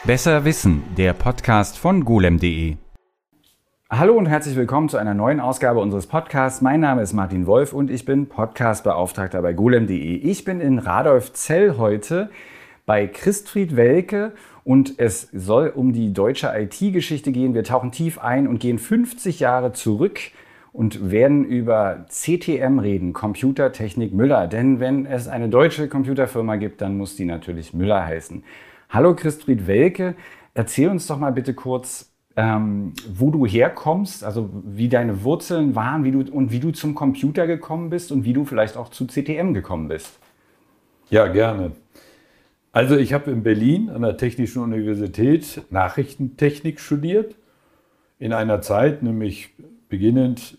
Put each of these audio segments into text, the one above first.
Besser wissen, der Podcast von golem.de. Hallo und herzlich willkommen zu einer neuen Ausgabe unseres Podcasts. Mein Name ist Martin Wolf und ich bin Podcastbeauftragter bei golem.de. Ich bin in Radolfzell heute bei Christfried Welke und es soll um die deutsche IT-Geschichte gehen. Wir tauchen tief ein und gehen 50 Jahre zurück und werden über CTM reden, Computertechnik Müller. Denn wenn es eine deutsche Computerfirma gibt, dann muss die natürlich Müller heißen. Hallo Christfried Welke, erzähl uns doch mal bitte kurz, wo du herkommst, also wie deine Wurzeln waren, wie du zum Computer gekommen bist und wie du vielleicht auch zu CTM gekommen bist. Ja, gerne. Also ich habe in Berlin an der Technischen Universität Nachrichtentechnik studiert, in einer Zeit, nämlich beginnend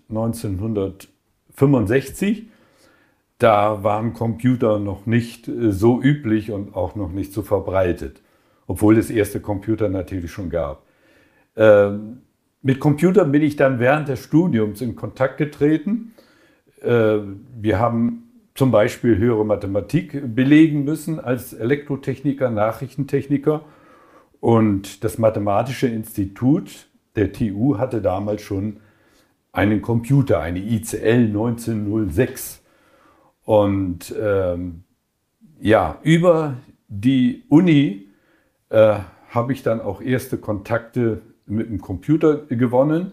1965. Da waren Computer noch nicht so üblich und auch noch nicht so verbreitet, obwohl es erste Computer natürlich schon gab. Mit Computern bin ich dann während des Studiums in Kontakt getreten. Wir haben zum Beispiel höhere Mathematik belegen müssen als Elektrotechniker, Nachrichtentechniker. Und das Mathematische Institut der TU hatte damals schon einen Computer, eine ICL 1906. Und über die Uni habe ich dann auch erste Kontakte mit dem Computer gewonnen.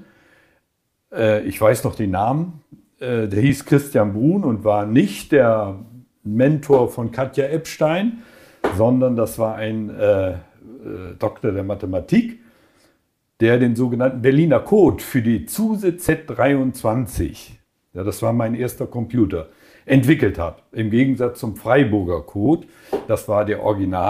Ich weiß noch den Namen. Der hieß Christian Brun und war nicht der Mentor von Katja Epstein, sondern das war ein Doktor der Mathematik, der den sogenannten Berliner Code für die SUSE Z23, ja, das war mein erster Computer, entwickelt hat. Im Gegensatz zum Freiburger Code, das war das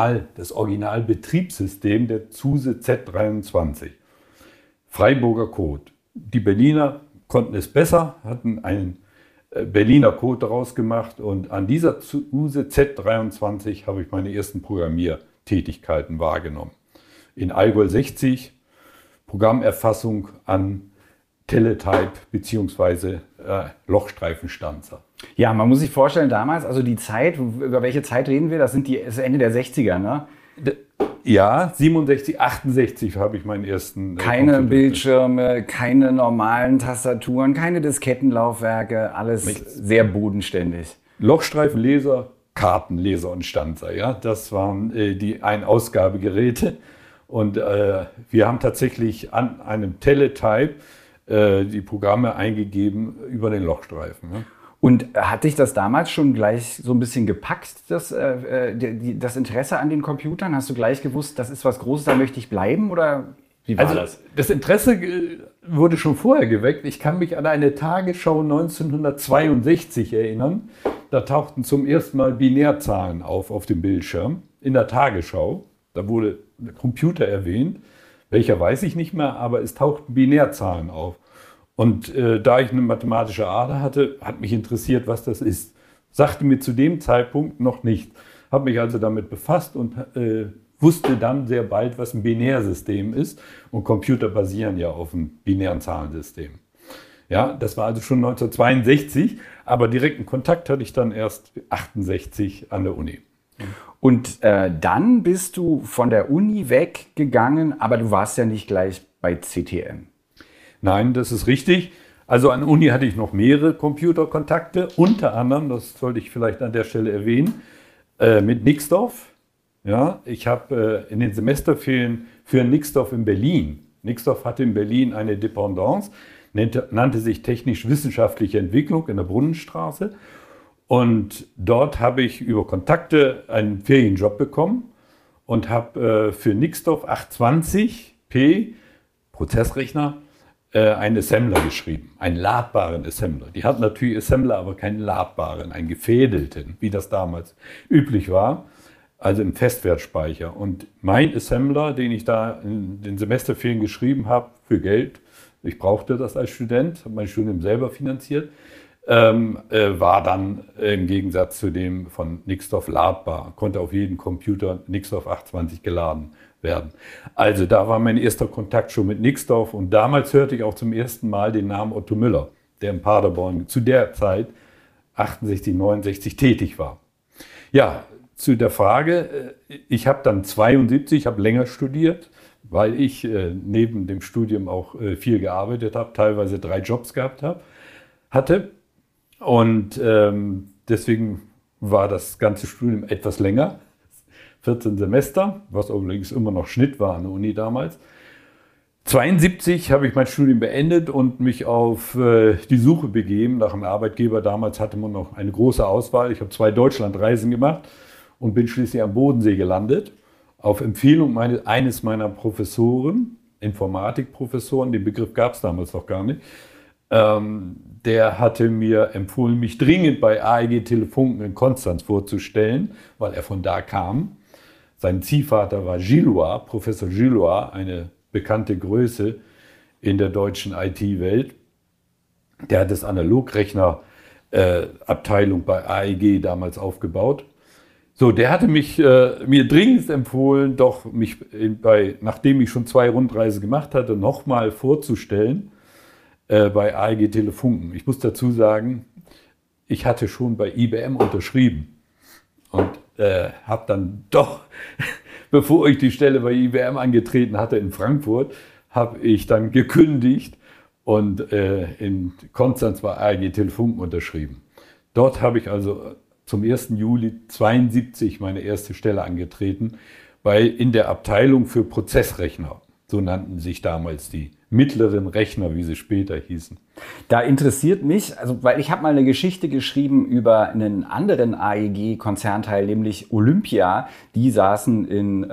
Originalbetriebssystem der SUSE Z23. Freiburger Code. Die Berliner konnten es besser, hatten einen Berliner Code daraus gemacht und an dieser SUSE Z23 habe ich meine ersten Programmiertätigkeiten wahrgenommen. In Algol 60, Programmerfassung an Teletype bzw. Lochstreifenstanzer. Ja, man muss sich vorstellen, damals, also die Zeit, über welche Zeit reden wir? Das ist Ende der 60er, ne? Ja, 67, 68 habe ich meinen ersten. Keine Bildschirme, keine normalen Tastaturen, keine Diskettenlaufwerke, alles sehr bodenständig. Lochstreifenleser, Kartenleser und Stanzer, ja, das waren die Ein-Ausgabegeräte. Und wir haben tatsächlich an einem Teletype die Programme eingegeben über den Lochstreifen. Ne? Und hat dich das damals schon gleich so ein bisschen gepackt, das Interesse an den Computern? Hast du gleich gewusst, das ist was Großes, da möchte ich bleiben? Oder wie war das? Das Interesse wurde schon vorher geweckt. Ich kann mich an eine Tagesschau 1962 erinnern. Da tauchten zum ersten Mal Binärzahlen auf dem Bildschirm in der Tagesschau. Da wurde der Computer erwähnt. Welcher weiß ich nicht mehr, aber es tauchten Binärzahlen auf. Und da ich eine mathematische Ader hatte, hat mich interessiert, was das ist. Sagte mir zu dem Zeitpunkt noch nicht. Habe mich also damit befasst und wusste dann sehr bald, was ein Binärsystem ist. Und Computer basieren ja auf einem binären Zahlensystem. Ja, das war also schon 1962, aber direkten Kontakt hatte ich dann erst 68 an der Uni. Und dann bist du von der Uni weggegangen, aber du warst ja nicht gleich bei CTM. Nein, das ist richtig. Also an der Uni hatte ich noch mehrere Computerkontakte, unter anderem, das sollte ich vielleicht an der Stelle erwähnen, mit Nixdorf. Ja, ich habe in den Semesterferien für Nixdorf in Berlin. Nixdorf hatte in Berlin eine Dependance, nannte sich Technisch-Wissenschaftliche Entwicklung in der Brunnenstraße. Und dort habe ich über Kontakte einen Ferienjob bekommen und habe für Nixdorf 820p Prozessrechner einen Assembler geschrieben, einen ladbaren Assembler. Die hatten natürlich Assembler, aber keinen ladbaren, einen gefädelten, wie das damals üblich war, also im Festwertspeicher. Und mein Assembler, den ich da in den Semesterferien geschrieben habe, für Geld, ich brauchte das als Student, habe mein Studium selber finanziert, war dann im Gegensatz zu dem von Nixdorf ladbar, konnte auf jeden Computer Nixdorf 820 geladen werden. Also da war mein erster Kontakt schon mit Nixdorf und damals hörte ich auch zum ersten Mal den Namen Otto Müller, der in Paderborn zu der Zeit 68, 69 tätig war. Ja, zu der Frage, ich habe dann 72, ich habe länger studiert, weil ich neben dem Studium auch viel gearbeitet habe, teilweise 3 Jobs gehabt hatte. Und deswegen war das ganze Studium etwas länger, 14 Semester, was allerdings immer noch Schnitt war an der Uni damals. 72 habe ich mein Studium beendet und mich auf die Suche begeben nach einem Arbeitgeber. Damals hatte man noch eine große Auswahl. Ich habe 2 Deutschlandreisen gemacht und bin schließlich am Bodensee gelandet. Auf Empfehlung eines meiner Professoren, Informatikprofessoren, den Begriff gab es damals noch gar nicht, der hatte mir empfohlen, mich dringend bei AEG Telefunken in Konstanz vorzustellen, weil er von da kam. Sein Ziehvater war Gillois, Professor Gillois, eine bekannte Größe in der deutschen IT-Welt. Der hat das Analogrechner-Abteilung bei AEG damals aufgebaut. So, der hatte mich mir dringend empfohlen, doch mich nachdem ich schon 2 Rundreisen gemacht hatte, nochmal vorzustellen bei AEG Telefunken. Ich muss dazu sagen, ich hatte schon bei IBM unterschrieben und habe dann doch, bevor ich die Stelle bei IBM angetreten hatte in Frankfurt, habe ich dann gekündigt und in Konstanz bei AEG Telefunken unterschrieben. Dort habe ich also zum 1. Juli 72 meine erste Stelle angetreten, weil in der Abteilung für Prozessrechner, so nannten sich damals die mittleren Rechner, wie sie später hießen. Da interessiert mich, also weil ich habe mal eine Geschichte geschrieben über einen anderen AEG-Konzernteil, nämlich Olympia. Die saßen in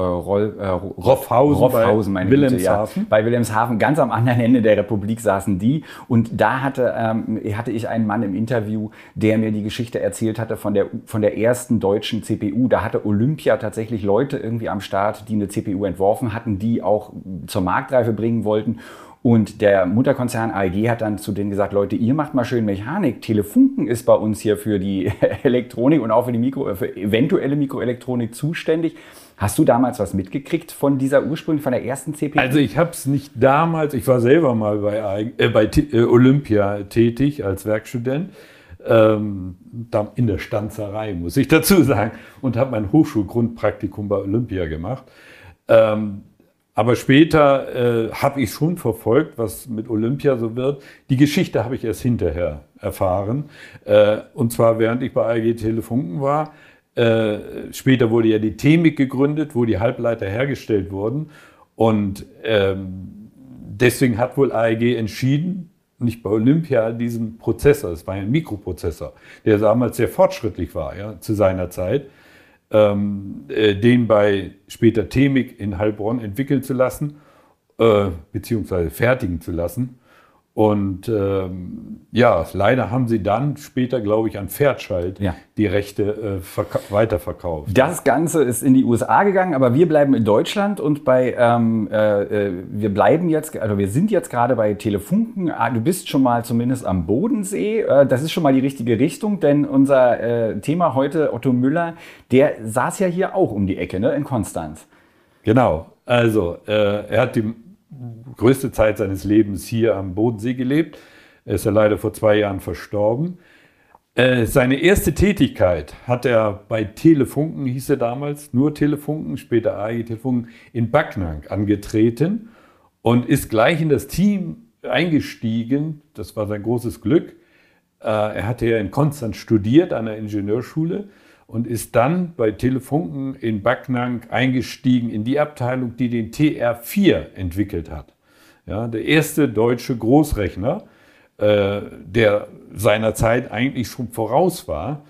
Roffhausen, bei Wilhelmshaven. Ja, bei Wilhelmshaven, ganz am anderen Ende der Republik saßen die. Und da hatte ich einen Mann im Interview, der mir die Geschichte erzählt hatte von der ersten deutschen CPU. Da hatte Olympia tatsächlich Leute irgendwie am Start, die eine CPU entworfen hatten, die auch zur Marktreife bringen wollten. Und der Mutterkonzern AEG hat dann zu denen gesagt, Leute, ihr macht mal schön Mechanik. Telefunken ist bei uns hier für die Elektronik und auch für für eventuelle Mikroelektronik zuständig. Hast du damals was mitgekriegt von dieser ursprünglich, von der ersten CPU? Also ich habe es nicht damals, ich war selber mal bei Olympia tätig als Werkstudent, in der Stanzerei, muss ich dazu sagen, und habe mein Hochschulgrundpraktikum bei Olympia gemacht. Aber später habe ich schon verfolgt, was mit Olympia so wird. Die Geschichte habe ich erst hinterher erfahren. Und zwar während ich bei AEG Telefunken war. Später wurde ja die TEMIC gegründet, wo die Halbleiter hergestellt wurden. Und deswegen hat wohl AEG entschieden, nicht bei Olympia, diesen Prozessor, es war ein Mikroprozessor, der damals sehr fortschrittlich war, ja, zu seiner Zeit, den bei später TEMIC in Heilbronn entwickeln zu lassen, beziehungsweise fertigen zu lassen. Und ja, leider haben sie dann später, glaube ich, an Fairchild die Rechte weiterverkauft. Das Ganze ist in die USA gegangen, aber wir bleiben in Deutschland und wir sind jetzt gerade bei Telefunken. Du bist schon mal zumindest am Bodensee. Das ist schon mal die richtige Richtung, denn unser Thema heute, Otto Müller, der saß ja hier auch um die Ecke, ne, in Konstanz. Genau, also er hat die größte Zeit seines Lebens hier am Bodensee gelebt. Er ist ja leider vor 2 Jahren verstorben. Seine erste Tätigkeit hat er bei Telefunken, hieß er damals, nur Telefunken, später AEG Telefunken, in Backnang angetreten und ist gleich in das Team eingestiegen. Das war sein großes Glück. Er hatte ja in Konstanz studiert an der Ingenieurschule und ist dann bei Telefunken in Backnang eingestiegen in die Abteilung, die den TR4 entwickelt hat. Ja, der erste deutsche Großrechner, der seiner Zeit eigentlich schon voraus war.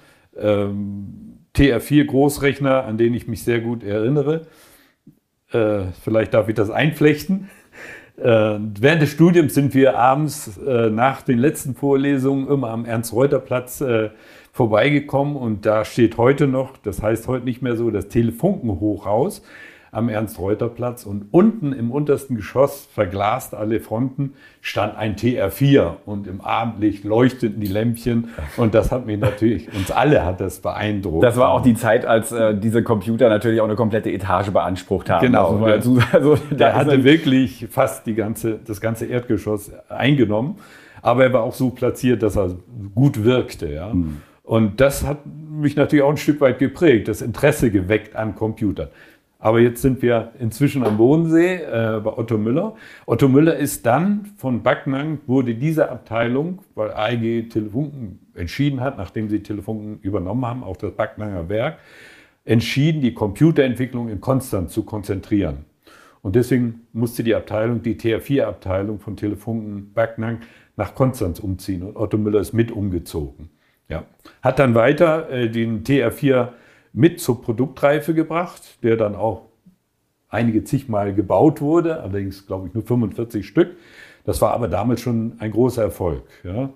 TR4 Großrechner, an den ich mich sehr gut erinnere. Vielleicht darf ich das einflechten. Während des Studiums sind wir abends nach den letzten Vorlesungen immer am Ernst-Reuter-Platz vorbeigekommen und da steht heute noch, das heißt heute nicht mehr so, das Telefunken-Hochhaus am Ernst-Reuter-Platz und unten im untersten Geschoss, verglast alle Fronten, stand ein TR4 und im Abendlicht leuchteten die Lämpchen und das hat mich natürlich, uns alle hat das beeindruckt. Das war auch die Zeit, als diese Computer natürlich auch eine komplette Etage beansprucht haben. Genau, der hatte wirklich fast das ganze Erdgeschoss eingenommen, aber er war auch so platziert, dass er gut wirkte. Ja. Und das hat mich natürlich auch ein Stück weit geprägt, das Interesse geweckt an Computern. Aber jetzt sind wir inzwischen am Bodensee bei Otto Müller. Otto Müller ist dann von Backnang, wurde diese Abteilung, weil AEG Telefunken entschieden hat, nachdem sie Telefunken übernommen haben, auch das Backnanger Werk, entschieden, die Computerentwicklung in Konstanz zu konzentrieren. Und deswegen musste die Abteilung, die TR4-Abteilung von Telefunken Backnang, nach Konstanz umziehen. Und Otto Müller ist mit umgezogen. Ja. Hat dann weiter den TR4 mit zur Produktreife gebracht, der dann auch einige zigmal gebaut wurde, allerdings glaube ich nur 45 Stück. Das war aber damals schon ein großer Erfolg. Ja.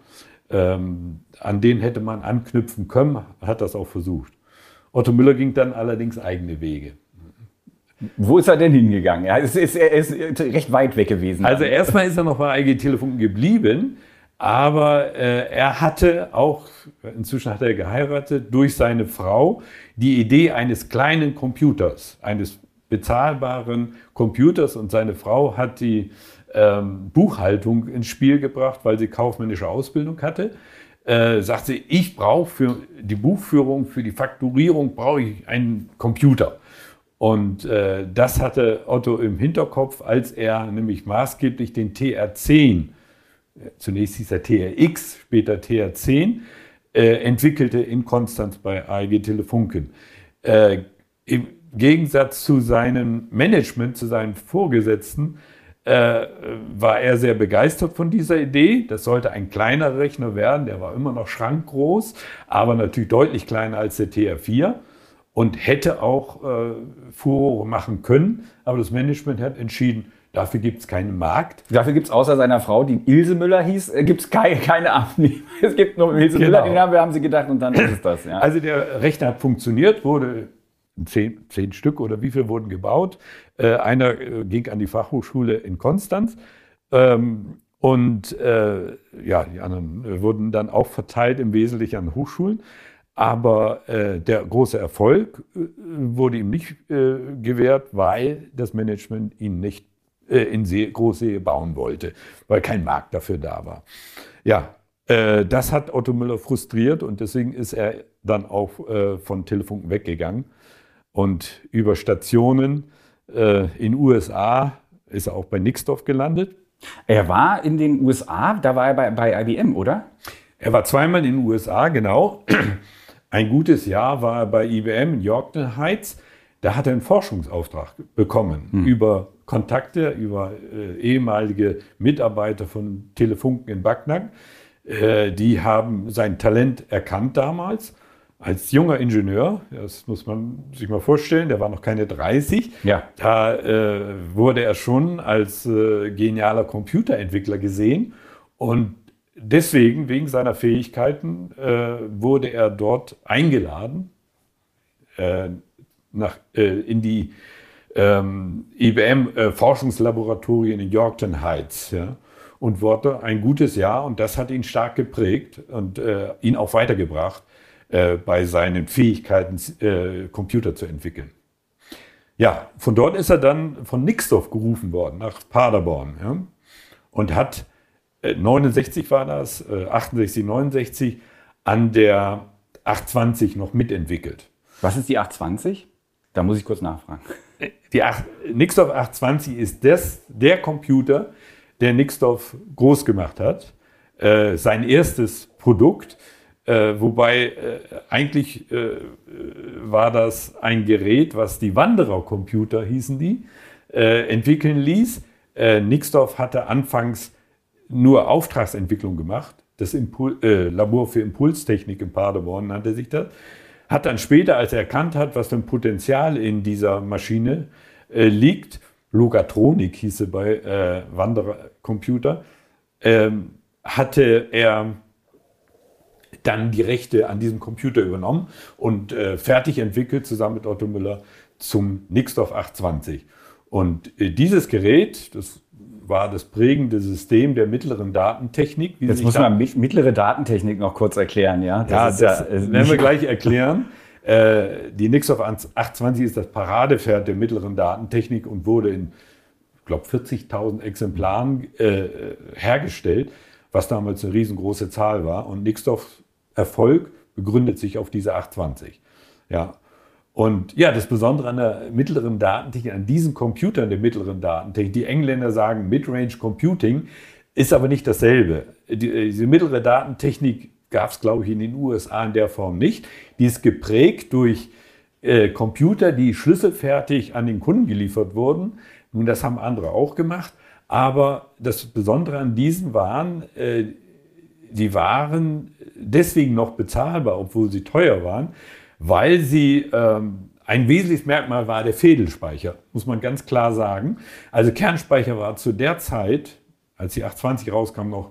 An den hätte man anknüpfen können, hat das auch versucht. Otto Müller ging dann allerdings eigene Wege. Wo ist er denn hingegangen? Er ist recht weit weg gewesen. Also erstmal ist er noch bei AEG Telefunken geblieben, aber er hatte auch, inzwischen hat er geheiratet, durch seine Frau die Idee eines kleinen Computers, eines bezahlbaren Computers, und seine Frau hat die Buchhaltung ins Spiel gebracht, weil sie kaufmännische Ausbildung hatte. Sagt sie, ich brauche für die Buchführung, für die Fakturierung brauche ich einen Computer. Und das hatte Otto im Hinterkopf, als er nämlich maßgeblich den TR10, zunächst hieß er TRX, später TR10, entwickelte in Konstanz bei AEG Telefunken. Im Gegensatz zu seinem Management, zu seinen Vorgesetzten, war er sehr begeistert von dieser Idee. Das sollte ein kleiner Rechner werden, der war immer noch schrankgroß, aber natürlich deutlich kleiner als der TR4 und hätte auch Furore machen können. Aber das Management hat entschieden, dafür gibt es keinen Markt. Dafür gibt es außer seiner Frau, die Ilse Müller hieß, gibt es keine Abnehmer. Es gibt nur Ilse Müller, den haben sie gedacht, und dann ist es das. Ja. Also der Rechner hat funktioniert, wurde 10 Stück oder wie viel wurden gebaut. Einer ging an die Fachhochschule in Konstanz. Und die anderen wurden dann auch verteilt, im Wesentlichen an Hochschulen. Aber der große Erfolg wurde ihm nicht gewährt, weil das Management ihn nicht in Großserie bauen wollte, weil kein Markt dafür da war. Ja, das hat Otto Müller frustriert, und deswegen ist er dann auch von Telefunken weggegangen. Und über Stationen in USA ist er auch bei Nixdorf gelandet. Er war in den USA, da war er bei IBM, oder? Er war zweimal in den USA, genau. Ein gutes Jahr war er bei IBM in Yorkton Heights. Da hat er einen Forschungsauftrag bekommen über Kontakte, über ehemalige Mitarbeiter von Telefunken in Backnang. Die haben sein Talent erkannt damals. Als junger Ingenieur, das muss man sich mal vorstellen, der war noch keine 30, ja. Da wurde er schon als genialer Computerentwickler gesehen, und deswegen, wegen seiner Fähigkeiten, wurde er dort eingeladen in die IBM-Forschungslaboratorien in Yorkton Heights. Ja, und wurde ein gutes Jahr, und das hat ihn stark geprägt und ihn auch weitergebracht bei seinen Fähigkeiten, Computer zu entwickeln. Ja, von dort ist er dann von Nixdorf gerufen worden, nach Paderborn. Ja, und hat 69 war das, 68, 69, an der 820 noch mitentwickelt. Was ist die 820? Da muss ich kurz nachfragen. Die Nixdorf 820 ist der Computer, der Nixdorf groß gemacht hat. Sein erstes Produkt, wobei eigentlich war das ein Gerät, was die Wanderer-Computer hießen die, entwickeln ließ. Nixdorf hatte anfangs nur Auftragsentwicklung gemacht. Das Labor für Impulstechnik in Paderborn nannte sich das. Hat dann später, als er erkannt hat, was für ein Potenzial in dieser Maschine liegt, Logatronik hieß sie bei Wanderer Computer, hatte er dann die Rechte an diesem Computer übernommen und fertig entwickelt, zusammen mit Otto Müller, zum Nixdorf 820. Und dieses Gerät, das war das prägende System der mittleren Datentechnik. Jetzt muss man mittlere Datentechnik noch kurz erklären. Ja, das werden wir gleich erklären. Die Nixdorf 820 ist das Paradepferd der mittleren Datentechnik und wurde in, ich glaube, 40.000 Exemplaren hergestellt, was damals eine riesengroße Zahl war. Und Nixdorfs Erfolg begründet sich auf diese 820. Ja. Und ja, das Besondere an der mittleren Datentechnik, an diesen Computern der mittleren Datentechnik, die Engländer sagen Mid-Range Computing, ist aber nicht dasselbe. Diese mittlere Datentechnik gab es, glaube ich, in den USA in der Form nicht. Die ist geprägt durch Computer, die schlüsselfertig an den Kunden geliefert wurden. Nun, das haben andere auch gemacht. Aber das Besondere an diesen waren, die waren deswegen noch bezahlbar, obwohl sie teuer waren, weil sie ein wesentliches Merkmal war der Fädelspeicher, muss man ganz klar sagen. Also Kernspeicher war zu der Zeit, als die 820 rauskam, noch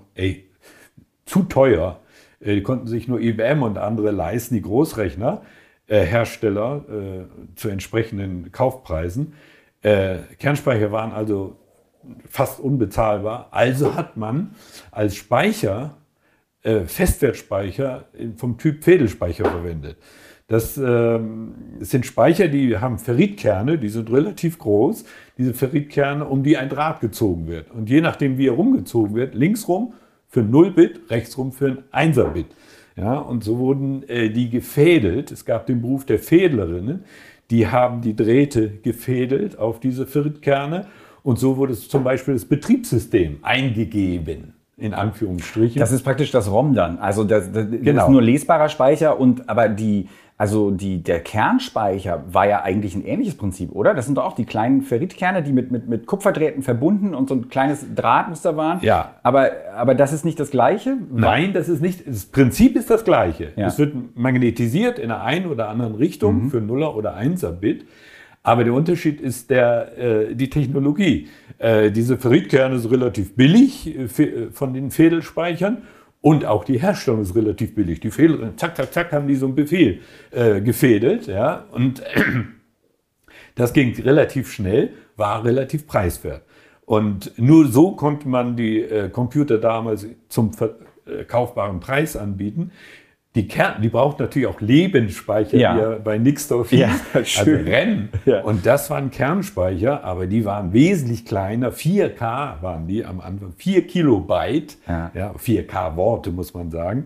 zu teuer. Die konnten sich nur IBM und andere leisten, die Großrechner, Hersteller zu entsprechenden Kaufpreisen. Kernspeicher waren also fast unbezahlbar. Also hat man als Speicher Festwertspeicher vom Typ Fädelspeicher verwendet. Das sind Speicher, die haben Ferritkerne, die sind relativ groß. Diese Ferritkerne, um die ein Draht gezogen wird. Und je nachdem, wie er rumgezogen wird, linksrum für ein 0-Bit, rechtsrum für ein 1er-Bit. Ja, und so wurden die gefädelt. Es gab den Beruf der Fädlerinnen. Die haben die Drähte gefädelt auf diese Ferritkerne. Und so wurde zum Beispiel das Betriebssystem eingegeben. In Anführungsstrichen. Das ist praktisch das ROM dann. Also das ist nur lesbarer Speicher aber der Kernspeicher war ja eigentlich ein ähnliches Prinzip, oder? Das sind doch auch die kleinen Ferritkerne, die mit Kupferdrähten verbunden und so ein kleines Drahtmuster waren. Ja. Aber das ist nicht das Gleiche? Nein, das ist nicht. Das Prinzip ist das Gleiche. Ja. Es wird magnetisiert in der einen oder anderen Richtung für 0er oder 1er-Bit. Aber der Unterschied ist die Technologie. Diese Ferritkerne sind relativ billig von den Fädelspeichern und auch die Herstellung ist relativ billig. Die Fädel, zack, zack, zack, haben die so einen Befehl gefädelt. Ja? Und das ging relativ schnell, war relativ preiswert. Und nur so konnte man die Computer damals zum kaufbaren Preis anbieten. Die braucht natürlich auch Lebensspeicher, wie er bei Nixdorf hieß, also REN. Ja. Und das waren Kernspeicher, aber die waren wesentlich kleiner. 4K waren die am Anfang, 4 Kilobyte, 4K Worte muss man sagen,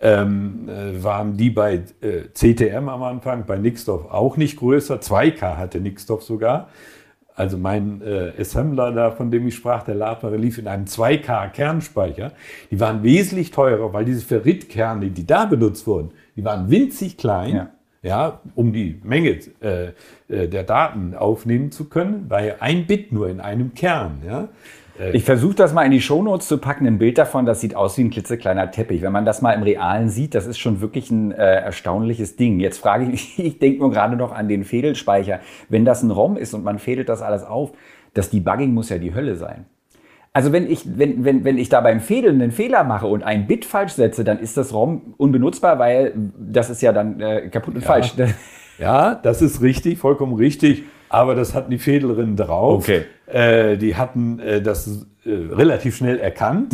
waren die bei CTM am Anfang, bei Nixdorf auch nicht größer. 2K hatte Nixdorf sogar. Also mein Assembler da, von dem ich sprach, der Ladner, lief in einem 2K-Kernspeicher. Die waren wesentlich teurer, weil diese Ferritkerne, die da benutzt wurden, die waren winzig klein, um die Menge der Daten aufnehmen zu können, war ja ein Bit nur in einem Kern. Ja. Ich versuche das mal in die Shownotes zu packen, ein Bild davon, das sieht aus wie ein klitzekleiner Teppich. Wenn man das mal im Realen sieht, das ist schon wirklich ein erstaunliches Ding. Jetzt frage ich mich, ich denke nur gerade noch an den Fädelspeicher. Wenn das ein ROM ist und man fädelt das alles auf, das Debugging muss ja die Hölle sein. Also wenn ich da beim Fädeln einen Fehler mache und ein Bit falsch setze, dann ist das ROM unbenutzbar, weil das ist ja dann kaputt und falsch. Ja, das ist richtig, vollkommen richtig. Aber das hatten die Fädlerinnen drauf. Okay. Die hatten das relativ schnell erkannt.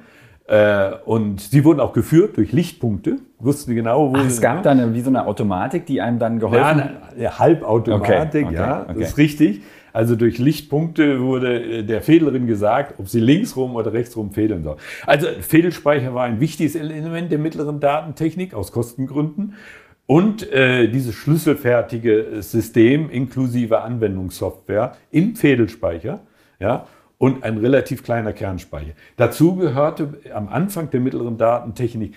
Und sie wurden auch geführt durch Lichtpunkte. Wussten genau, wo es gab dann wie so eine Automatik, die einem dann geholfen hat? Ja, Halbautomatik, okay. Das ist richtig. Also durch Lichtpunkte wurde der Fädlerin gesagt, ob sie linksrum oder rechtsrum fädeln soll. Also Fädelspeicher war ein wichtiges Element der mittleren Datentechnik aus Kostengründen. Und dieses schlüsselfertige System inklusive Anwendungssoftware im Fädelspeicher, und ein relativ kleiner Kernspeicher. Dazu gehörte am Anfang der mittleren Datentechnik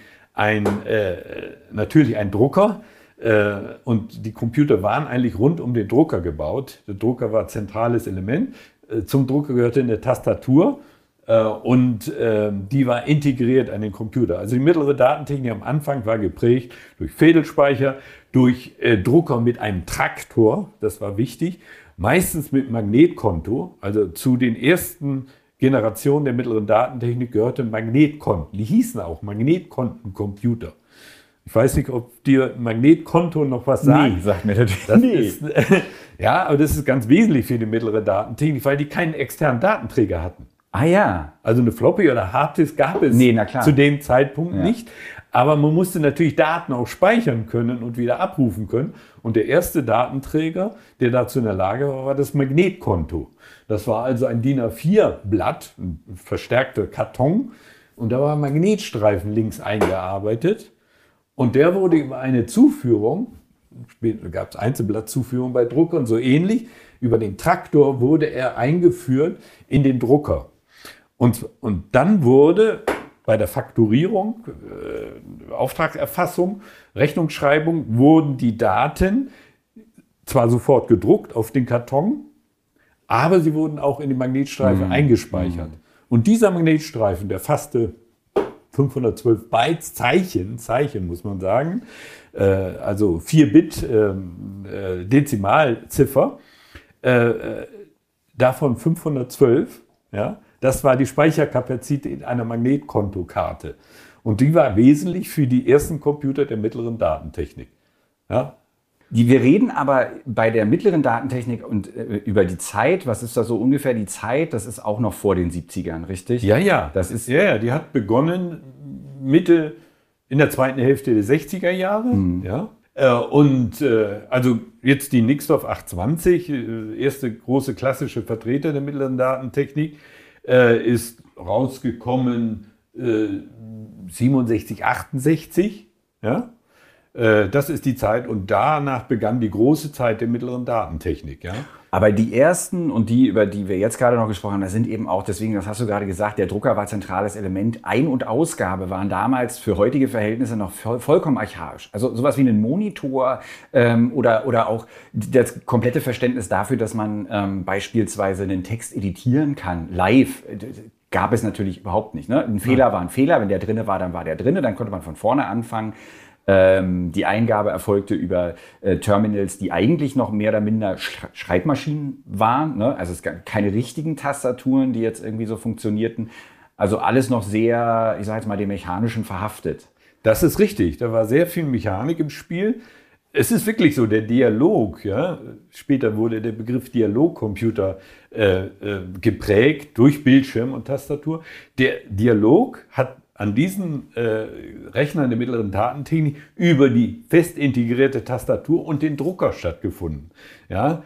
natürlich ein Drucker. Und die Computer waren eigentlich rund um den Drucker gebaut. Der Drucker war zentrales Element. Zum Drucker gehörte eine Tastatur. Und die war integriert an den Computer. Also die mittlere Datentechnik am Anfang war geprägt durch Fädelspeicher, durch Drucker mit einem Traktor, das war wichtig, meistens mit Magnetkonto. Also zu den ersten Generationen der mittleren Datentechnik gehörte Magnetkonten. Die hießen auch Magnetkontencomputer. Ich weiß nicht, ob dir Magnetkonto noch was sagt. Nee, sagt mir natürlich nicht. Ja, aber das ist ganz wesentlich für die mittlere Datentechnik, weil die keinen externen Datenträger hatten. Ah ja. Also eine Floppy oder Harddisk gab es zu dem Zeitpunkt nicht. Aber man musste natürlich Daten auch speichern können und wieder abrufen können. Und der erste Datenträger, der dazu in der Lage war, war das Magnetkonto. Das war also ein DIN A4-Blatt, ein verstärkter Karton. Und da war Magnetstreifen links eingearbeitet. Und der wurde über eine Zuführung, später gab es Einzelblattzuführung bei Druckern, so ähnlich, über den Traktor wurde er eingeführt in den Drucker. Und dann wurde bei der Fakturierung, Auftragserfassung, Rechnungsschreibung, wurden die Daten zwar sofort gedruckt auf den Karton, aber sie wurden auch in die Magnetstreifen eingespeichert. Und dieser Magnetstreifen, der fasste 512 Bytes, Zeichen muss man sagen, also 4 Bit Dezimalziffer, davon 512, ja, das war die Speicherkapazität einer Magnetkontokarte. Und die war wesentlich für die ersten Computer der mittleren Datentechnik. Ja. Wir reden aber bei der mittleren Datentechnik und über die Zeit, was ist da so ungefähr die Zeit? Das ist auch noch vor den 70ern, richtig? Ja. Die hat begonnen in der zweiten Hälfte der 60er Jahre. Ja. Also jetzt die Nixdorf 820, erste große klassische Vertreter der mittleren Datentechnik, ist rausgekommen 67, 68. Ja? Das ist die Zeit und danach begann die große Zeit der mittleren Datentechnik. Ja? Aber die ersten und die, über die wir jetzt gerade noch gesprochen haben, das sind eben auch, deswegen, das hast du gerade gesagt, der Drucker war zentrales Element. Ein- und Ausgabe waren damals für heutige Verhältnisse noch vollkommen archaisch. Also sowas wie ein Monitor oder auch das komplette Verständnis dafür, dass man beispielsweise einen Text editieren kann, live, gab es natürlich überhaupt nicht. Ne? Ein Fehler war ein Fehler, wenn der drinne war, dann war der drinne, dann konnte man von vorne anfangen. Die Eingabe erfolgte über Terminals, die eigentlich noch mehr oder minder Schreibmaschinen waren. Ne? Also es gab keine richtigen Tastaturen, die jetzt irgendwie so funktionierten. Also alles noch sehr, ich sage jetzt mal, dem Mechanischen verhaftet. Das ist richtig. Da war sehr viel Mechanik im Spiel. Es ist wirklich so, der Dialog, ja, später wurde der Begriff Dialogcomputer geprägt durch Bildschirm und Tastatur. Der Dialog hat an diesen Rechnern der mittleren Datentechnik über die fest integrierte Tastatur und den Drucker stattgefunden. Ja?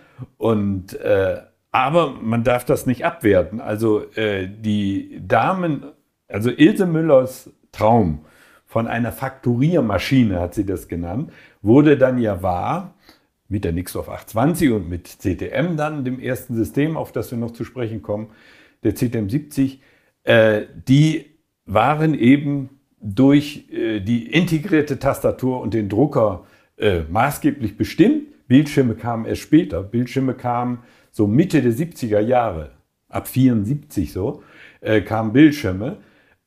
Aber man darf das nicht abwerten. Also die Damen, also Ilse Müllers Traum von einer Fakturiermaschine, hat sie das genannt, wurde dann ja wahr mit der Nixdorf 820 und mit CTM dann, dem ersten System, auf das wir noch zu sprechen kommen, der CTM 70, die waren eben durch die integrierte Tastatur und den Drucker maßgeblich bestimmt. Bildschirme kamen erst später. Bildschirme kamen so Mitte der 70er Jahre, ab 74 so, kamen Bildschirme.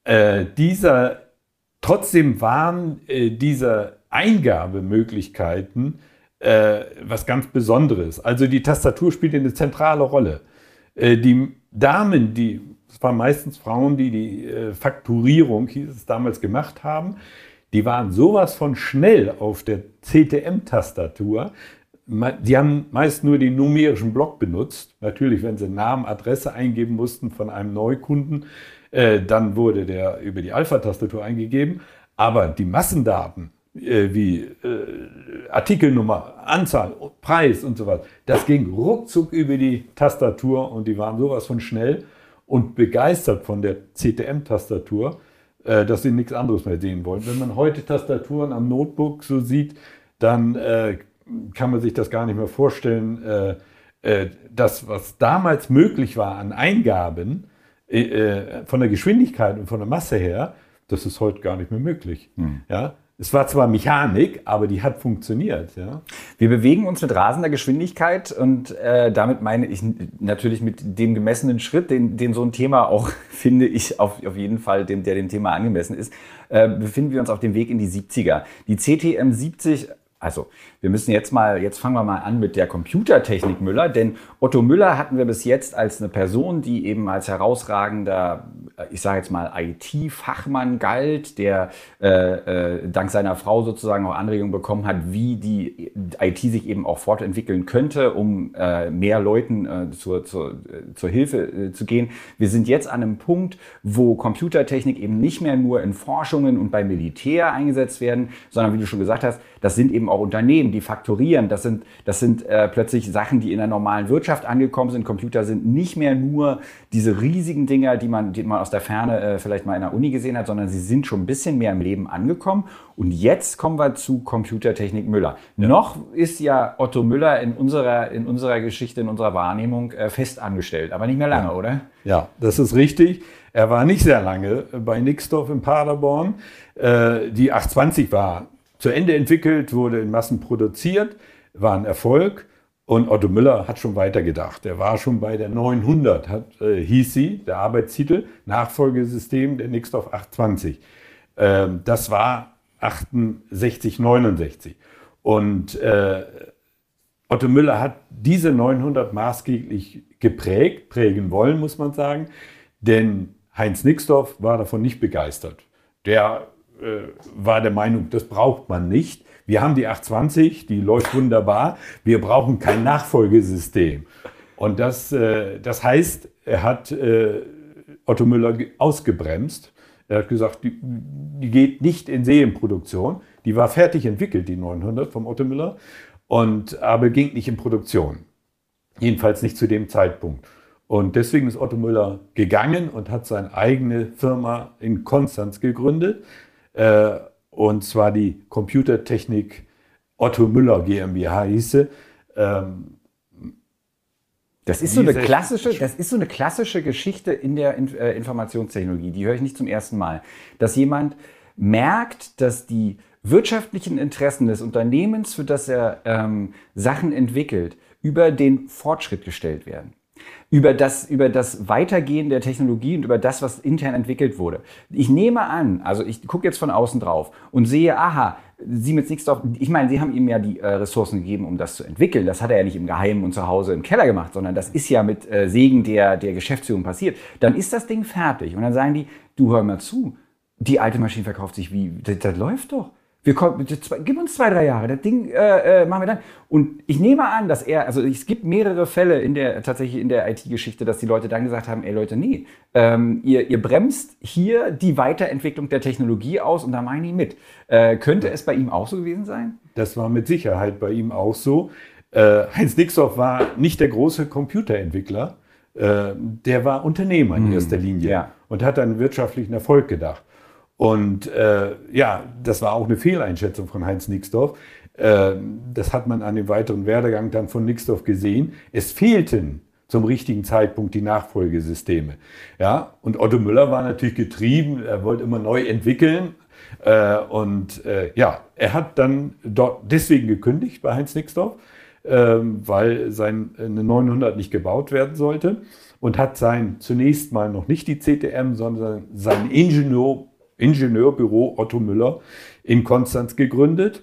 Trotzdem waren diese Eingabemöglichkeiten was ganz Besonderes. Also die Tastatur spielte eine zentrale Rolle. Die Damen, es waren meistens Frauen, die Fakturierung, hieß es damals, gemacht haben, die waren sowas von schnell auf der CTM-Tastatur. Die haben meist nur den numerischen Block benutzt. Natürlich, wenn sie Namen, Adresse eingeben mussten von einem Neukunden, dann wurde der über die Alpha-Tastatur eingegeben. Aber die Massendaten, wie Artikelnummer, Anzahl, Preis und so was, das ging ruckzuck über die Tastatur und die waren sowas von schnell und begeistert von der CTM-Tastatur, dass sie nichts anderes mehr sehen wollen. Wenn man heute Tastaturen am Notebook so sieht, dann kann man sich das gar nicht mehr vorstellen. Das, was damals möglich war an Eingaben, von der Geschwindigkeit und von der Masse her, das ist heute gar nicht mehr möglich. Ja? Es war zwar Mechanik, aber die hat funktioniert. Ja? Wir bewegen uns mit rasender Geschwindigkeit und damit meine ich natürlich mit dem gemessenen Schritt, den so ein Thema auch, finde ich, auf jeden Fall, der dem Thema angemessen ist, befinden wir uns auf dem Weg in die 70er. Die CTM 70, also jetzt fangen wir mal an mit der Computertechnik Müller, denn Otto Müller hatten wir bis jetzt als eine Person, die eben als herausragender, ich sage jetzt mal IT-Fachmann galt, der dank seiner Frau sozusagen auch Anregungen bekommen hat, wie die IT sich eben auch fortentwickeln könnte, um mehr Leuten zur Hilfe zu gehen. Wir sind jetzt an einem Punkt, wo Computertechnik eben nicht mehr nur in Forschungen und beim Militär eingesetzt werden, sondern wie du schon gesagt hast, das sind eben auch Unternehmen, die fakturieren. Das sind plötzlich Sachen, die in der normalen Wirtschaft angekommen sind. Computer sind nicht mehr nur diese riesigen Dinger, die man aus der Ferne vielleicht mal in der Uni gesehen hat, sondern sie sind schon ein bisschen mehr im Leben angekommen. Und jetzt kommen wir zu Computertechnik Müller. Ja. Noch ist ja Otto Müller in unserer Geschichte, in unserer Wahrnehmung fest angestellt, aber nicht mehr lange, oder? Ja, das ist richtig. Er war nicht sehr lange bei Nixdorf in Paderborn. Die 820 war zu Ende entwickelt, wurde in Massen produziert, war ein Erfolg. Und Otto Müller hat schon weitergedacht. Er war schon bei der 900, hieß sie, der Arbeitstitel, Nachfolgesystem der Nixdorf 820. Das war 68, 69. Und Otto Müller hat diese 900 maßgeblich prägen wollen, muss man sagen. Denn Heinz Nixdorf war davon nicht begeistert. Der war der Meinung, das braucht man nicht. Wir haben die 820, die läuft wunderbar. Wir brauchen kein Nachfolgesystem. Und das heißt, er hat Otto Müller ausgebremst. Er hat gesagt, die geht nicht in Serienproduktion. Die war fertig entwickelt, die 900 vom Otto Müller, aber ging nicht in Produktion. Jedenfalls nicht zu dem Zeitpunkt. Und deswegen ist Otto Müller gegangen und hat seine eigene Firma in Konstanz gegründet. Und zwar die Computertechnik Otto Müller GmbH hieße. Das ist so eine klassische Geschichte in der Informationstechnologie. Die höre ich nicht zum ersten Mal. Dass jemand merkt, dass die wirtschaftlichen Interessen des Unternehmens, für das er Sachen entwickelt, über den Fortschritt gestellt werden. Über das Weitergehen der Technologie und über das, was intern entwickelt wurde. Ich nehme an, also ich gucke jetzt von außen drauf und sehe, aha, Siemens Nixdorf, ich meine, sie haben ihm ja die Ressourcen gegeben, um das zu entwickeln. Das hat er ja nicht im Geheimen und zu Hause im Keller gemacht, sondern das ist ja mit Segen der Geschäftsführung passiert. Dann ist das Ding fertig und dann sagen die, du hör mal zu, die alte Maschine verkauft sich wie, das läuft doch. Gib uns 2-3 Jahre, das Ding machen wir dann. Und ich nehme an, dass es gibt mehrere Fälle tatsächlich in der IT-Geschichte, dass die Leute dann gesagt haben, ey Leute, nee, ihr bremst hier die Weiterentwicklung der Technologie aus und da meine ich mit. Könnte es bei ihm auch so gewesen sein? Das war mit Sicherheit bei ihm auch so. Heinz Nixdorf war nicht der große Computerentwickler, der war Unternehmer in erster Linie und hat an wirtschaftlichen Erfolg gedacht. Und das war auch eine Fehleinschätzung von Heinz Nixdorf. Das hat man an dem weiteren Werdegang dann von Nixdorf gesehen. Es fehlten zum richtigen Zeitpunkt die Nachfolgesysteme. Ja, und Otto Müller war natürlich getrieben, er wollte immer neu entwickeln. Er hat dann dort deswegen gekündigt bei Heinz Nixdorf, weil eine 900 nicht gebaut werden sollte und hat zunächst mal noch nicht die CTM, sondern sein Ingenieurbüro Otto Müller in Konstanz gegründet.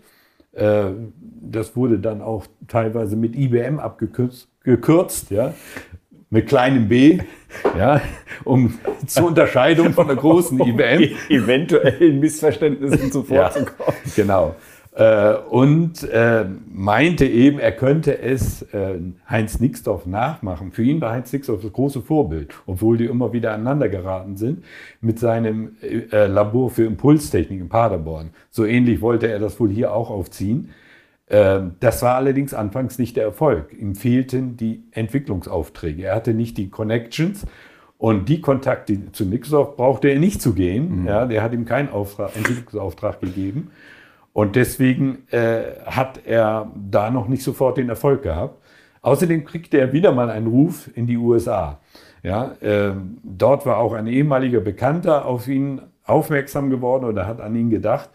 Das wurde dann auch teilweise mit IBM gekürzt, ja, mit kleinem b, ja, zur Unterscheidung von der großen IBM. Eventuellen Missverständnissen zuvorzukommen. Ja, genau. Und meinte eben, er könnte es Heinz Nixdorf nachmachen. Für ihn war Heinz Nixdorf das große Vorbild, obwohl die immer wieder aneinander geraten sind, mit seinem Labor für Impulstechnik in Paderborn. So ähnlich wollte er das wohl hier auch aufziehen. Das war allerdings anfangs nicht der Erfolg. Ihm fehlten die Entwicklungsaufträge. Er hatte nicht die Connections. Und die Kontakte zu Nixdorf brauchte er nicht zu gehen. Mhm. Ja, der hat ihm keinen Entwicklungsauftrag gegeben. Und deswegen hat er da noch nicht sofort den Erfolg gehabt. Außerdem kriegte er wieder mal einen Ruf in die USA. Ja, dort war auch ein ehemaliger Bekannter auf ihn aufmerksam geworden oder hat an ihn gedacht,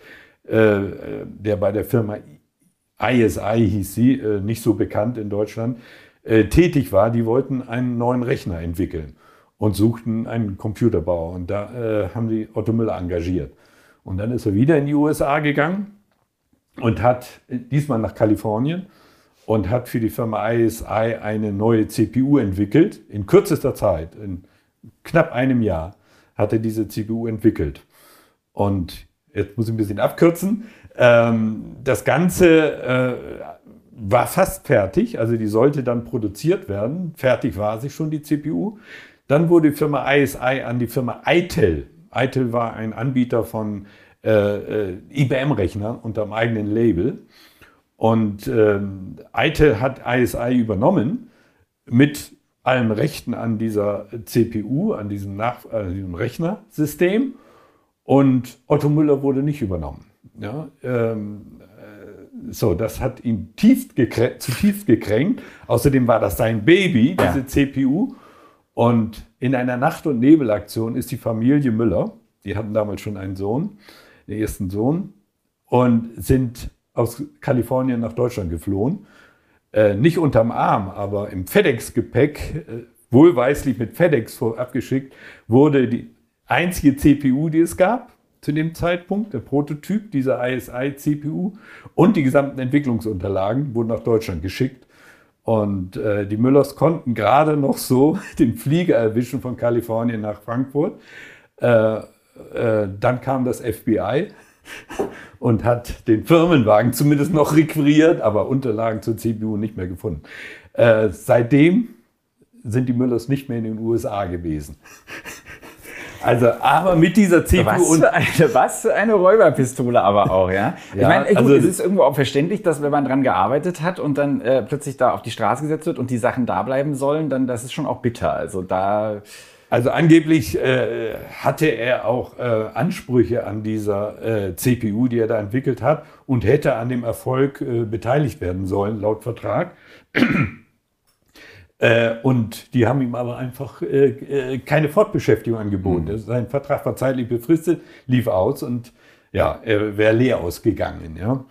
der bei der Firma ISI hieß sie, nicht so bekannt in Deutschland, tätig war. Die wollten einen neuen Rechner entwickeln und suchten einen Computerbauer. Und da haben die Otto Müller engagiert. Und dann ist er wieder in die USA gegangen und hat diesmal nach Kalifornien und hat für die Firma ISI eine neue CPU entwickelt. In kürzester Zeit, in knapp einem Jahr, hat er diese CPU entwickelt. Und jetzt muss ich ein bisschen abkürzen. Das Ganze war fast fertig, also die sollte dann produziert werden. Fertig war sie schon, die CPU. Dann wurde die Firma ISI an die Firma Eitel. Eitel war ein Anbieter von IBM-Rechner unter dem eigenen Label. Und Eitel hat ISI übernommen mit allen Rechten an dieser CPU, an diesem Rechnersystem. Und Otto Müller wurde nicht übernommen. Ja, das hat ihn zutiefst gekränkt. Außerdem war das sein Baby, diese CPU. Und in einer Nacht- und Nebelaktion ist die Familie Müller, die hatten damals schon einen Sohn, den ersten Sohn, und sind aus Kalifornien nach Deutschland geflohen. Nicht unterm Arm, aber im FedEx-Gepäck, wohlweislich mit FedEx abgeschickt, wurde die einzige CPU, die es gab zu dem Zeitpunkt, der Prototyp dieser ISI-CPU, und die gesamten Entwicklungsunterlagen wurden nach Deutschland geschickt. Und die Müllers konnten gerade noch so den Flieger erwischen von Kalifornien nach Frankfurt. Dann kam das FBI und hat den Firmenwagen zumindest noch requiriert, aber Unterlagen zur CPU nicht mehr gefunden. Seitdem sind die Müllers nicht mehr in den USA gewesen. Also, aber mit dieser CPU was für eine Räuberpistole aber auch, ja? Ich meine, es ist irgendwo auch verständlich, dass wenn man dran gearbeitet hat und dann plötzlich da auf die Straße gesetzt wird und die Sachen da bleiben sollen, dann das ist schon auch bitter. Also angeblich hatte er auch Ansprüche an dieser CPU, die er da entwickelt hat, und hätte an dem Erfolg beteiligt werden sollen, laut Vertrag. Und die haben ihm aber einfach keine Fortbeschäftigung angeboten. Sein Vertrag war zeitlich befristet, lief aus und ja, er wäre leer ausgegangen. Ja.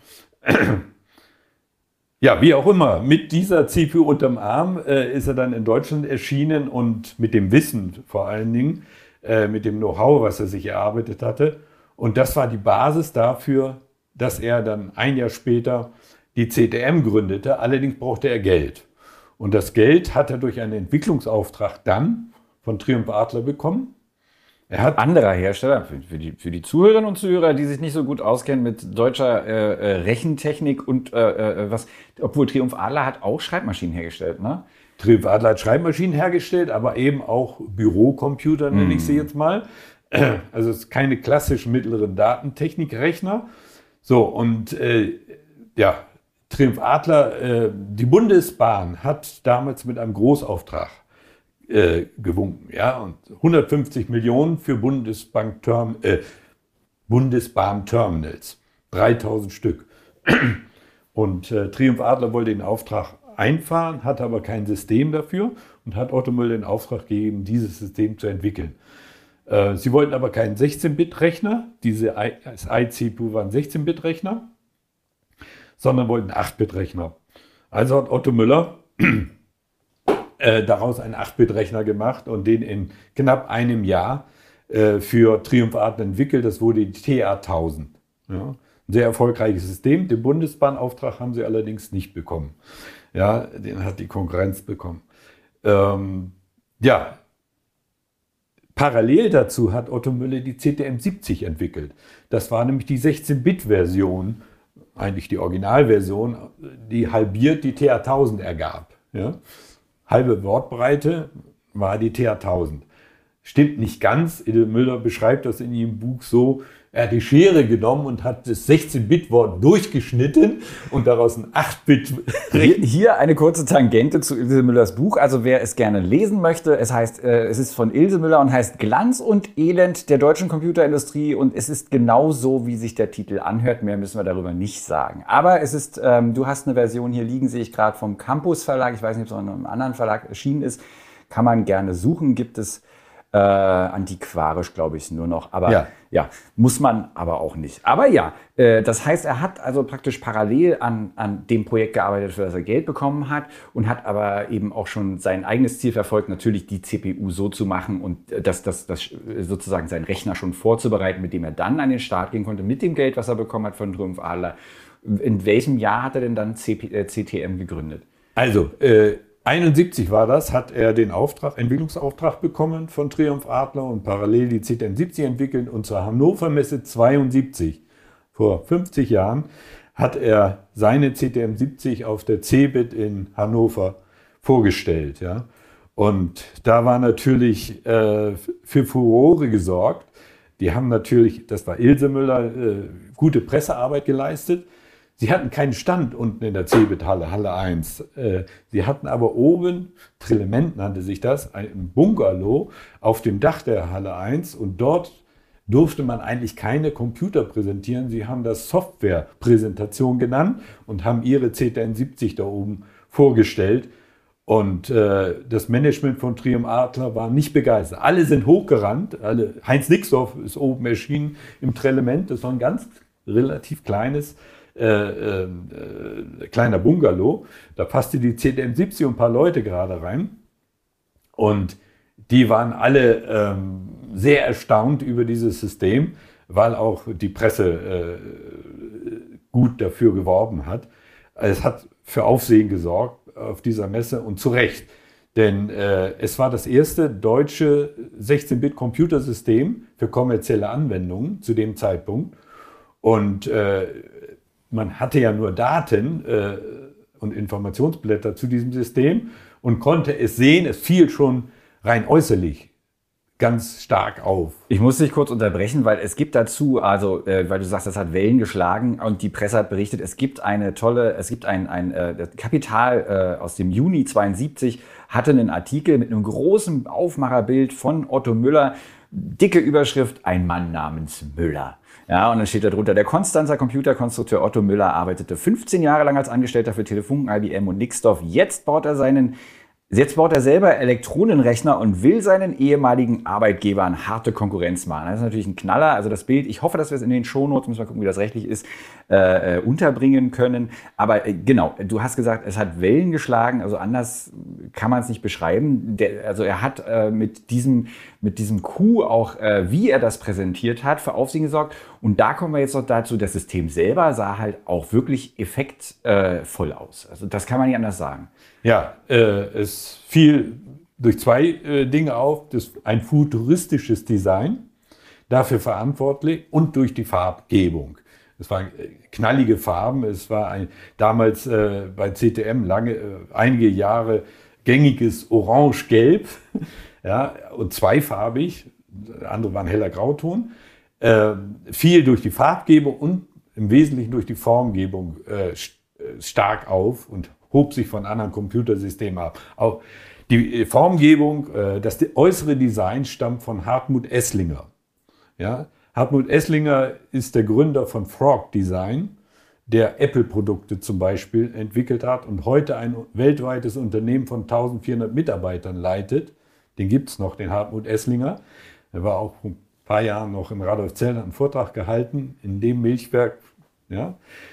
Ja, wie auch immer, mit dieser CPU unterm Arm ist er dann in Deutschland erschienen und mit dem Wissen vor allen Dingen, mit dem Know-how, was er sich erarbeitet hatte. Und das war die Basis dafür, dass er dann ein Jahr später die CTM gründete. Allerdings brauchte er Geld. Und das Geld hat er durch einen Entwicklungsauftrag dann von Triumph Adler bekommen. Er hat anderer Hersteller, für die Zuhörerinnen und Zuhörer, die sich nicht so gut auskennen mit deutscher Rechentechnik und obwohl Triumph Adler hat auch Schreibmaschinen hergestellt, ne? Triumph Adler hat Schreibmaschinen hergestellt, aber eben auch Bürocomputer, nenne ich sie jetzt mal. Also es ist keine klassischen mittleren Datentechnikrechner. So, und Triumph Adler, die Bundesbahn hat damals mit einem Großauftrag gewunken, ja, und 150 Millionen für Bundesbahn-Terminals, 3000 Stück. Und Triumph Adler wollte den Auftrag einfahren, hatte aber kein System dafür und hat Otto Müller den Auftrag gegeben, dieses System zu entwickeln. Sie wollten aber keinen 16-Bit-Rechner, diese ICPU waren 16-Bit-Rechner, sondern wollten 8-Bit-Rechner. Also hat Otto Müller daraus einen 8-Bit-Rechner gemacht und den in knapp einem Jahr für Triumph Adler entwickelt. Das wurde die TA1000. Ja, ein sehr erfolgreiches System. Den Bundesbahnauftrag haben sie allerdings nicht bekommen. Ja, den hat die Konkurrenz bekommen. Parallel dazu hat Otto Müller die CTM70 entwickelt. Das war nämlich die 16-Bit-Version, eigentlich die Originalversion, die halbiert die TA1000 ergab. Ja? Halbe Wortbreite war die TA1000. Stimmt nicht ganz. Ede Müller beschreibt das in ihrem Buch so, er hat die Schere genommen und hat das 16-Bit-Wort durchgeschnitten und daraus ein 8-Bit... Hier eine kurze Tangente zu Ilse Müllers Buch. Also wer es gerne lesen möchte, es ist von Ilse Müller und heißt Glanz und Elend der deutschen Computerindustrie und es ist genau so, wie sich der Titel anhört. Mehr müssen wir darüber nicht sagen. Aber es ist, du hast eine Version hier liegen, sehe ich gerade vom Campus Verlag. Ich weiß nicht, ob es noch in einem anderen Verlag erschienen ist. Kann man gerne suchen, gibt es antiquarisch, glaube ich, nur noch. Aber ja, muss man aber auch nicht. Aber ja, das heißt, er hat also praktisch parallel an dem Projekt gearbeitet, für das er Geld bekommen hat und hat aber eben auch schon sein eigenes Ziel verfolgt, natürlich die CPU so zu machen und das sozusagen seinen Rechner schon vorzubereiten, mit dem er dann an den Start gehen konnte, mit dem Geld, was er bekommen hat von Triumph Adler. In welchem Jahr hat er denn dann CTM gegründet? Also, 71 war das, hat er den Entwicklungsauftrag bekommen von Triumph Adler und parallel die CTM70 entwickelt und zur Hannover Messe 72, vor 50 Jahren, hat er seine CTM70 auf der CeBIT in Hannover vorgestellt. Ja. Und da war natürlich für Furore gesorgt. Die haben natürlich, das war Ilse Müller, gute Pressearbeit geleistet. Sie hatten keinen Stand unten in der Cebit-Halle, Halle 1. Sie hatten aber oben, Trillement nannte sich das, ein Bungalow auf dem Dach der Halle 1 und dort durfte man eigentlich keine Computer präsentieren. Sie haben das Softwarepräsentation genannt und haben ihre CTM70 da oben vorgestellt. Und das Management von Triumph Adler war nicht begeistert. Alle sind hochgerannt. Heinz Nixdorf ist oben erschienen im Trillement. Das war ein ganz relativ kleiner Bungalow. Da passte die CTM70 und ein paar Leute gerade rein. Und die waren alle sehr erstaunt über dieses System, weil auch die Presse gut dafür geworben hat. Es hat für Aufsehen gesorgt auf dieser Messe und zu Recht. Denn es war das erste deutsche 16-Bit-Computersystem für kommerzielle Anwendungen zu dem Zeitpunkt. Und man hatte ja nur Daten und Informationsblätter zu diesem System und konnte es sehen. Es fiel schon rein äußerlich ganz stark auf. Ich muss dich kurz unterbrechen, weil es gibt dazu, also weil du sagst, das hat Wellen geschlagen und die Presse hat berichtet, es gibt ein Kapital aus dem Juni 72 hatte einen Artikel mit einem großen Aufmacherbild von Otto Müller, dicke Überschrift, ein Mann namens Müller. Ja, und dann steht da drunter, der Konstanzer Computerkonstrukteur Otto Müller arbeitete 15 Jahre lang als Angestellter für Telefunken, IBM und Nixdorf. Jetzt baut er selber Elektronenrechner und will seinen ehemaligen Arbeitgebern harte Konkurrenz machen. Das ist natürlich ein Knaller. Also das Bild, ich hoffe, dass wir es in den Shownotes, müssen wir gucken, wie das rechtlich ist, unterbringen können. Aber genau, du hast gesagt, es hat Wellen geschlagen. Also anders kann man es nicht beschreiben. Also er hat mit diesem Coup auch, wie er das präsentiert hat, für Aufsehen gesorgt. Und da kommen wir jetzt noch dazu, das System selber sah halt auch wirklich effektvoll aus. Also das kann man nicht anders sagen. Ja, es fiel durch zwei Dinge auf. Ein futuristisches Design, dafür verantwortlich, und durch die Farbgebung. Es waren knallige Farben. Es war damals bei CTM einige Jahre gängiges Orange-Gelb, ja, und zweifarbig. Andere waren heller Grauton. Viel durch die Farbgebung und im Wesentlichen durch die Formgebung stark auf und hob sich von anderen Computersystemen ab. Auch die Formgebung, das äußere Design stammt von Hartmut Esslinger. Ja? Hartmut Esslinger ist der Gründer von Frog Design, der Apple-Produkte zum Beispiel entwickelt hat und heute ein weltweites Unternehmen von 1400 Mitarbeitern leitet. Den gibt es noch, den Hartmut Esslinger. Er war auch vor ein paar Jahren noch in Radolfzell, hat einen Vortrag gehalten in dem Milchwerk, ja,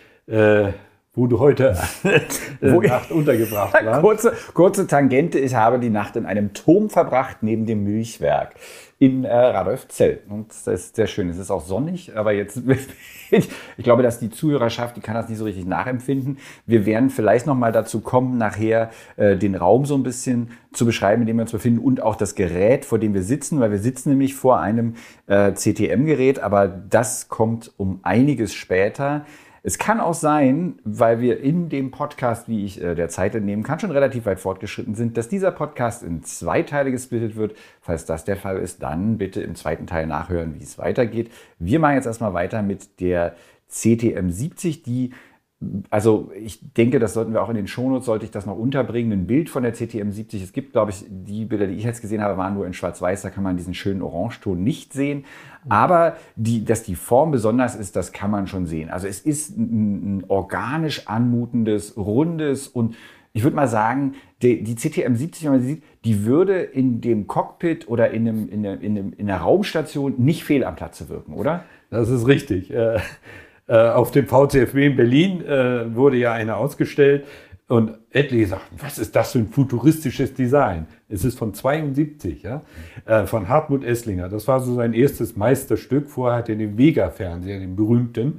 wo du heute Nacht untergebracht warst. Kurze Tangente, ich habe die Nacht in einem Turm verbracht, neben dem Milchwerk in Radolfzell. Und das ist sehr schön. Es ist auch sonnig, aber jetzt, ich glaube, dass die Zuhörerschaft, die kann das nicht so richtig nachempfinden. Wir werden vielleicht noch mal dazu kommen, nachher den Raum so ein bisschen zu beschreiben, in dem wir uns befinden, und auch das Gerät, vor dem wir sitzen, weil wir sitzen nämlich vor einem CTM-Gerät, aber das kommt um einiges später. Es kann auch sein, weil wir in dem Podcast, wie ich der Zeit entnehmen kann, schon relativ weit fortgeschritten sind, dass dieser Podcast in 2 Teile gesplittet wird. Falls das der Fall ist, dann bitte im 2. Teil nachhören, wie es weitergeht. Wir machen jetzt erstmal weiter mit der CTM70, also ich denke, das sollten wir auch in den Shownotes, sollte ich das noch unterbringen, ein Bild von der CTM70. Es gibt, glaube ich, die Bilder, die ich jetzt gesehen habe, waren nur in Schwarz-Weiß, da kann man diesen schönen Orangeton nicht sehen. Aber dass die Form besonders ist, das kann man schon sehen. Also es ist ein organisch anmutendes, rundes, und ich würde mal sagen, die CTM70, wenn man sie sieht, die würde in dem Cockpit oder in der Raumstation nicht fehl am Platze wirken, oder? Das ist richtig. Auf dem VCFW in Berlin wurde ja eine ausgestellt und etliche sagten, was ist das für ein futuristisches Design? Es ist von 72, ja? Von Hartmut Esslinger. Das war so sein erstes Meisterstück. Vorher hat er den Vega-Fernseher, den berühmten,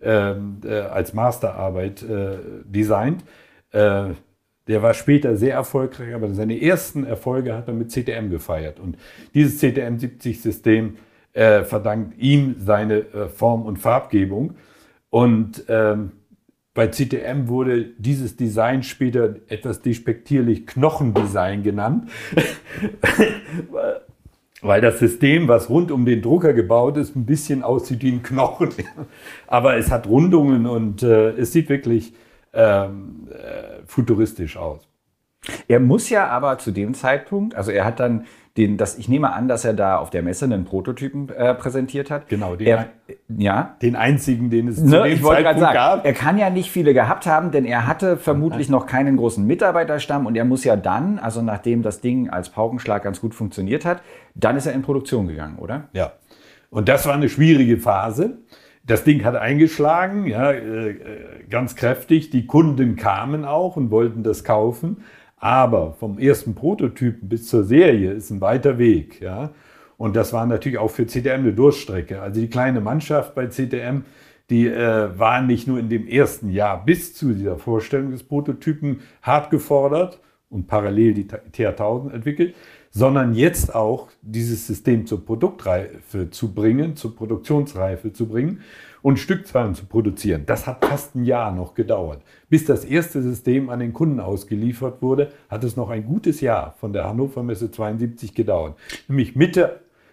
als Masterarbeit designt. Der war später sehr erfolgreich, aber seine ersten Erfolge hat er mit CTM gefeiert. Und dieses CTM70-System verdankt ihm seine Form- und Farbgebung. Und bei CTM wurde dieses Design später etwas despektierlich Knochendesign genannt, weil das System, was rund um den Drucker gebaut ist, ein bisschen aussieht wie ein Knochen. Aber es hat Rundungen und es sieht wirklich futuristisch aus. Er muss ja aber zu dem Zeitpunkt, also er hat dann ich nehme an, dass er da auf der Messe einen Prototypen präsentiert hat. Genau, den einzigen, den es zu dem Zeitpunkt gab. Er kann ja nicht viele gehabt haben, denn er hatte vermutlich noch keinen großen Mitarbeiterstamm und er muss ja dann, also nachdem das Ding als Paukenschlag ganz gut funktioniert hat, dann ist er in Produktion gegangen, oder? Ja, und das war eine schwierige Phase. Das Ding hat eingeschlagen, ja, ganz kräftig. Die Kunden kamen auch und wollten das kaufen. Aber vom ersten Prototypen bis zur Serie ist ein weiter Weg. Ja? Und das war natürlich auch für CTM eine Durchstrecke. Also die kleine Mannschaft bei CTM, die war nicht nur in dem ersten Jahr bis zu dieser Vorstellung des Prototypen hart gefordert und parallel die TR1000 entwickelt, sondern jetzt auch dieses System zur Produktreife zu bringen, zur Produktionsreife zu bringen und Stückzahlen zu produzieren. Das hat fast ein Jahr noch gedauert. Bis das erste System an den Kunden ausgeliefert wurde, hat es noch ein gutes Jahr von der Hannover Messe 72 gedauert. Nämlich mitten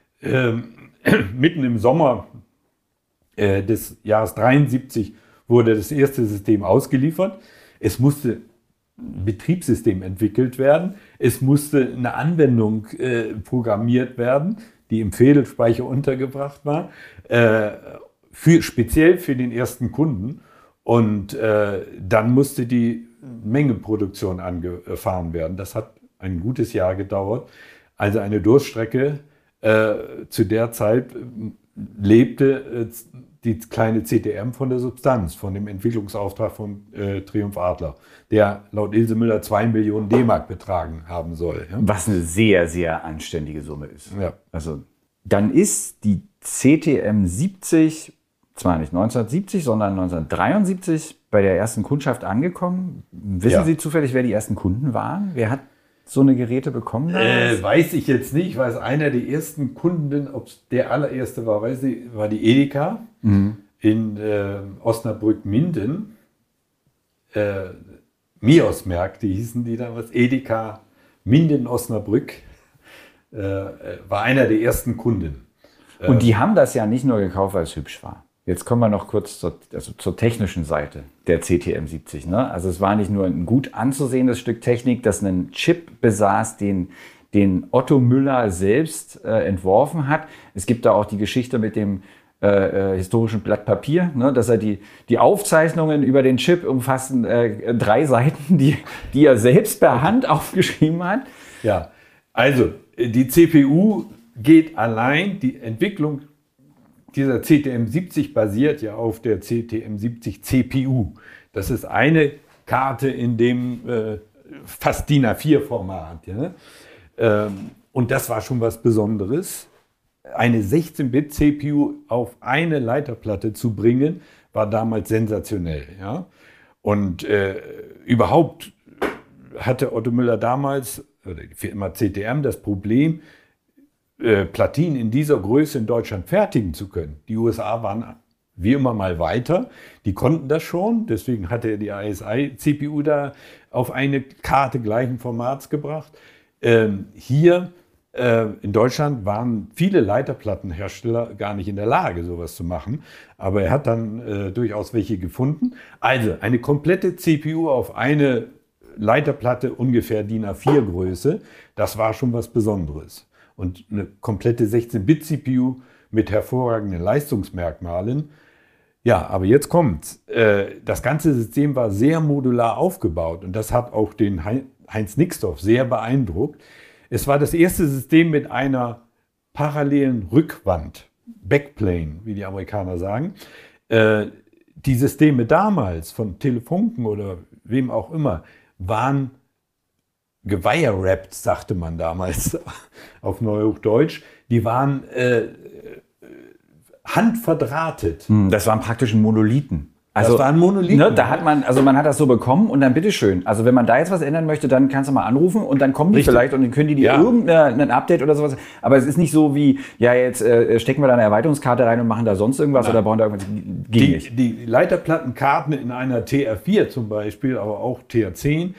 im Sommer des Jahres 73 wurde das erste System ausgeliefert. Es musste ein Betriebssystem entwickelt werden. Es musste eine Anwendung programmiert werden, die im Fädelspeicher untergebracht war. Speziell für den ersten Kunden und dann musste die Mengenproduktion angefahren werden. Das hat ein gutes Jahr gedauert. Also eine Durchstrecke. Zu der Zeit lebte die kleine CTM von der Substanz, von dem Entwicklungsauftrag von Triumph Adler, der laut Ilse Müller 2 Millionen D-Mark betragen haben soll. Ja? Was eine sehr, sehr anständige Summe ist. Ja. Also dann ist die CTM 70 zwar nicht 1970, sondern 1973 bei der ersten Kundschaft angekommen. Wissen Sie zufällig, wer die ersten Kunden waren? Wer hat so eine Geräte bekommen? Weiß ich jetzt nicht. Ich weiß, einer der ersten Kunden, ob es der allererste war, war die Edeka in Osnabrück-Minden. Mios-Märkte hießen die damals. Edeka Minden-Osnabrück war einer der ersten Kunden. Und die haben das ja nicht nur gekauft, weil es hübsch war. Jetzt kommen wir noch kurz zur technischen Seite der CTM 70. Ne? Also es war nicht nur ein gut anzusehendes Stück Technik, das einen Chip besaß, den Otto Müller selbst entworfen hat. Es gibt da auch die Geschichte mit dem historischen Blatt Papier, ne? Dass er die Aufzeichnungen über den Chip umfassen 3 Seiten, die er selbst per Hand aufgeschrieben hat. Ja, also die CPU geht allein, die Entwicklung dieser CTM 70 basiert ja auf der CTM 70 CPU. Das ist eine Karte in dem fast DIN A4-Format. Ja? Und das war schon was Besonderes. Eine 16-Bit-CPU auf eine Leiterplatte zu bringen, war damals sensationell. Ja? Und überhaupt hatte Otto Müller damals, oder die Firma CTM, das Problem, Platinen in dieser Größe in Deutschland fertigen zu können. Die USA waren wie immer mal weiter, die konnten das schon, deswegen hatte er die ASI-CPU da auf eine Karte gleichen Formats gebracht. Hier in Deutschland waren viele Leiterplattenhersteller gar nicht in der Lage, sowas zu machen, aber er hat dann durchaus welche gefunden. Also eine komplette CPU auf eine Leiterplatte, ungefähr DIN A4-Größe, das war schon was Besonderes. Und eine komplette 16-Bit-CPU mit hervorragenden Leistungsmerkmalen. Ja, aber jetzt kommt's. Das ganze System war sehr modular aufgebaut und das hat auch den Heinz Nixdorf sehr beeindruckt. Es war das erste System mit einer parallelen Rückwand, Backplane, wie die Amerikaner sagen. Die Systeme damals von Telefunken oder wem auch immer waren gewire-wrapped, sagte man damals auf Neuhochdeutsch. Die waren handverdrahtet. Das waren praktisch Monolithen. Also, das waren Monolithen. Ne, da hat man hat das so bekommen und dann bitteschön. Also wenn man da jetzt was ändern möchte, dann kannst du mal anrufen und dann kommen die vielleicht und dann können die dir irgendein Update oder sowas. Aber es ist nicht so wie, ja jetzt stecken wir da eine Erweiterungskarte rein und machen da sonst irgendwas oder bauen da irgendwas. Die Leiterplattenkarten in einer TR4 zum Beispiel, aber auch TR10,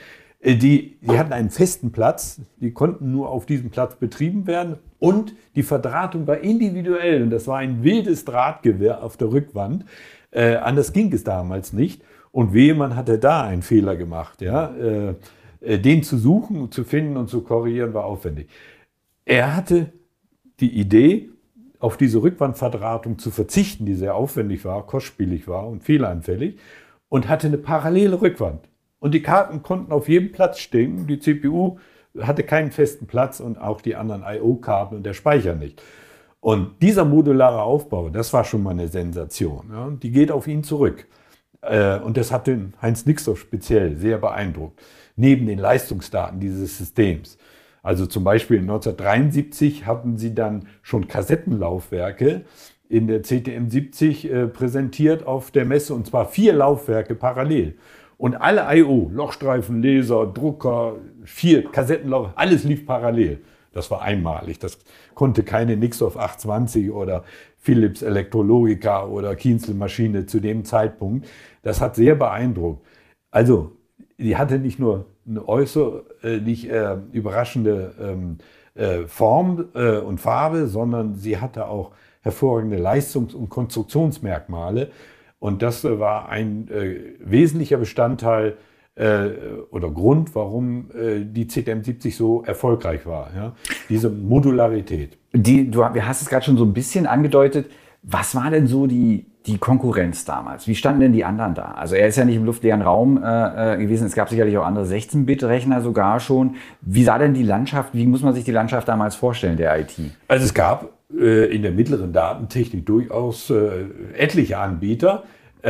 Die hatten einen festen Platz, die konnten nur auf diesem Platz betrieben werden und die Verdrahtung war individuell und das war ein wildes Drahtgewehr auf der Rückwand. Anders ging es damals nicht und wehe, man hatte da einen Fehler gemacht. Ja? Den zu suchen, zu finden und zu korrigieren war aufwendig. Er hatte die Idee, auf diese Rückwandverdrahtung zu verzichten, die sehr aufwendig war, kostspielig war und fehleranfällig und hatte eine parallele Rückwand. Und die Karten konnten auf jedem Platz stehen. Die CPU hatte keinen festen Platz und auch die anderen I/O-Karten und der Speicher nicht. Und dieser modulare Aufbau, das war schon mal eine Sensation. Ja? Die geht auf ihn zurück. Und das hat den Heinz Nixdorf speziell sehr beeindruckt. Neben den Leistungsdaten dieses Systems. Also zum Beispiel 1973 hatten sie dann schon Kassettenlaufwerke in der CTM70 präsentiert auf der Messe. Und zwar 4 Laufwerke parallel. Und alle I/O, Lochstreifen, Laser, Drucker, 4 Kassettenlaufwerke, alles lief parallel. Das war einmalig. Das konnte keine Nixdorf 820 oder Philips Electrologica oder Kienzle-Maschine zu dem Zeitpunkt. Das hat sehr beeindruckt. Also, die hatte nicht nur eine äußerlich überraschende Form und Farbe, sondern sie hatte auch hervorragende Leistungs- und Konstruktionsmerkmale. Und das war ein wesentlicher Bestandteil oder Grund, warum die CTM70 so erfolgreich war. Ja? Diese Modularität. Du hast es gerade schon so ein bisschen angedeutet. Was war denn so die Konkurrenz damals? Wie standen denn die anderen da? Also er ist ja nicht im luftleeren Raum gewesen. Es gab sicherlich auch andere 16-Bit-Rechner sogar schon. Wie sah denn die Landschaft, wie muss man sich die Landschaft damals vorstellen, der IT? Also es gab in der mittleren Datentechnik durchaus etliche Anbieter.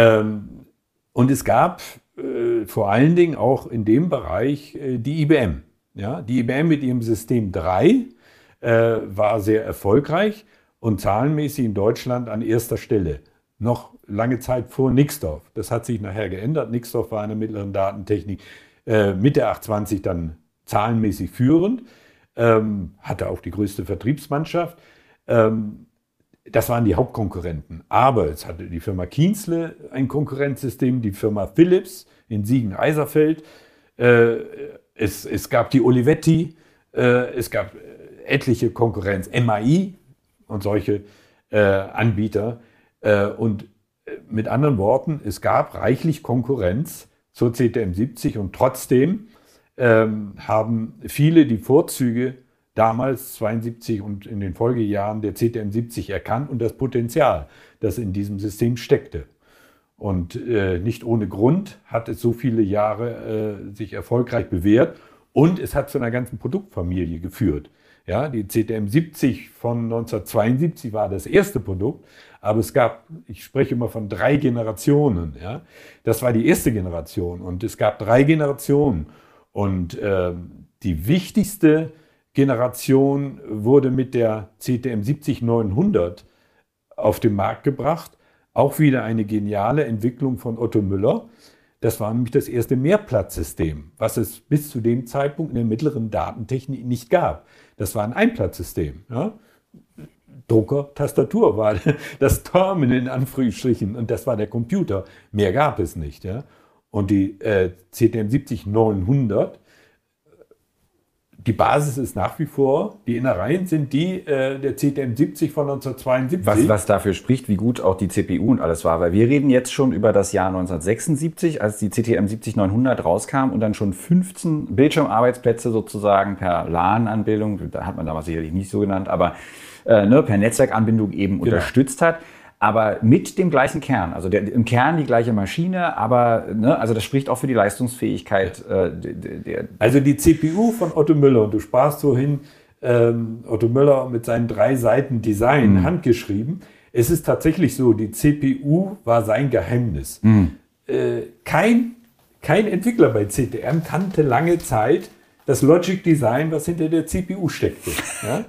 Und es gab vor allen Dingen auch in dem Bereich die IBM. Ja? Die IBM mit ihrem System 3 war sehr erfolgreich und zahlenmäßig in Deutschland an erster Stelle. Noch lange Zeit vor Nixdorf. Das hat sich nachher geändert. Nixdorf war in der mittleren Datentechnik mit der 820 dann zahlenmäßig führend, hatte auch die größte Vertriebsmannschaft. Das waren die Hauptkonkurrenten. Aber es hatte die Firma Kienzle ein Konkurrenzsystem, die Firma Philips in Siegen-Eiserfeld. Es gab die Olivetti, es gab etliche Konkurrenz, MAI und solche Anbieter. Und mit anderen Worten, es gab reichlich Konkurrenz zur CTM70 und trotzdem haben viele die Vorzüge damals 72 und in den Folgejahren der CTM70 erkannt und das Potenzial, das in diesem System steckte. Und nicht ohne Grund hat es so viele Jahre sich erfolgreich bewährt und es hat zu einer ganzen Produktfamilie geführt. Ja, die CTM70 von 1972 war das erste Produkt, aber es gab, ich spreche immer von 3 Generationen. Ja. Das war die erste Generation und es gab 3 Generationen. Und die wichtigste Generation wurde mit der CTM70-900 auf den Markt gebracht. Auch wieder eine geniale Entwicklung von Otto Müller. Das war nämlich das erste Mehrplatzsystem, was es bis zu dem Zeitpunkt in der mittleren Datentechnik nicht gab. Das war ein Einplatzsystem. Ja? Drucker, Tastatur war das Terminal in Anführungsstrichen und das war der Computer. Mehr gab es nicht. Ja? Und die CTM70-900, die Basis ist nach wie vor, die Innereien sind die der CTM70 von 1972. Was dafür spricht, wie gut auch die CPU und alles war. Weil wir reden jetzt schon über das Jahr 1976, als die CTM70-900 rauskam und dann schon 15 Bildschirmarbeitsplätze sozusagen per LAN-Anbindung, da hat man damals sicherlich nicht so genannt, aber per Netzwerkanbindung eben unterstützt hat. Aber mit dem gleichen Kern, also im Kern die gleiche Maschine, aber also das spricht auch für die Leistungsfähigkeit. Also die CPU von Otto Müller, und du sprachst vorhin Otto Müller mit seinen 3 Seiten Design, handgeschrieben. Es ist tatsächlich so, die CPU war sein Geheimnis. Kein Entwickler bei CTM kannte lange Zeit das Logic Design, was hinter der CPU steckte. Ja?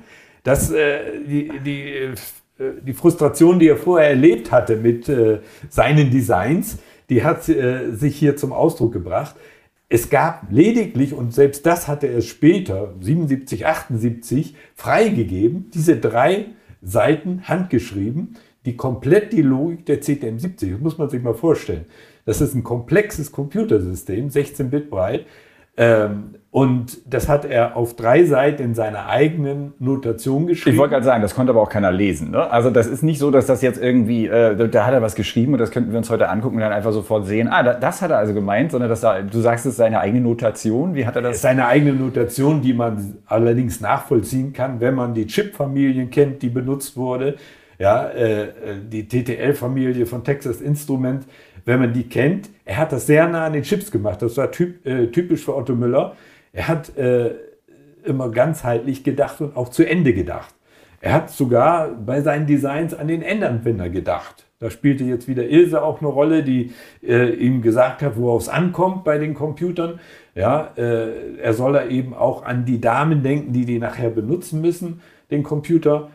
Die Frustration, die er vorher erlebt hatte mit seinen Designs, die hat sich hier zum Ausdruck gebracht. Es gab lediglich, und selbst das hatte er später, 77, 78, freigegeben, diese 3 Seiten handgeschrieben, die komplett die Logik der CTM70, das muss man sich mal vorstellen. Das ist ein komplexes Computersystem, 16 Bit breit, Und das hat er auf 3 Seiten in seiner eigenen Notation geschrieben. Ich wollte gerade sagen, das konnte aber auch keiner lesen. Ne? Also das ist nicht so, dass das jetzt irgendwie, da hat er was geschrieben und das könnten wir uns heute angucken und dann einfach sofort sehen, das hat er also gemeint, sondern du sagst, es ist seine eigene Notation. Wie hat er das? Seine eigene Notation, die man allerdings nachvollziehen kann, wenn man die Chip-Familien kennt, die benutzt wurde. Ja, die TTL-Familie von Texas Instruments, wenn man die kennt. Er hat das sehr nah an den Chips gemacht. Das war typisch für Otto Müller. Er hat immer ganzheitlich gedacht und auch zu Ende gedacht. Er hat sogar bei seinen Designs an den Endanwender gedacht. Da spielte jetzt wieder Ilse auch eine Rolle, die ihm gesagt hat, worauf es ankommt bei den Computern. Ja, er soll da eben auch an die Damen denken, die nachher benutzen müssen, den Computer.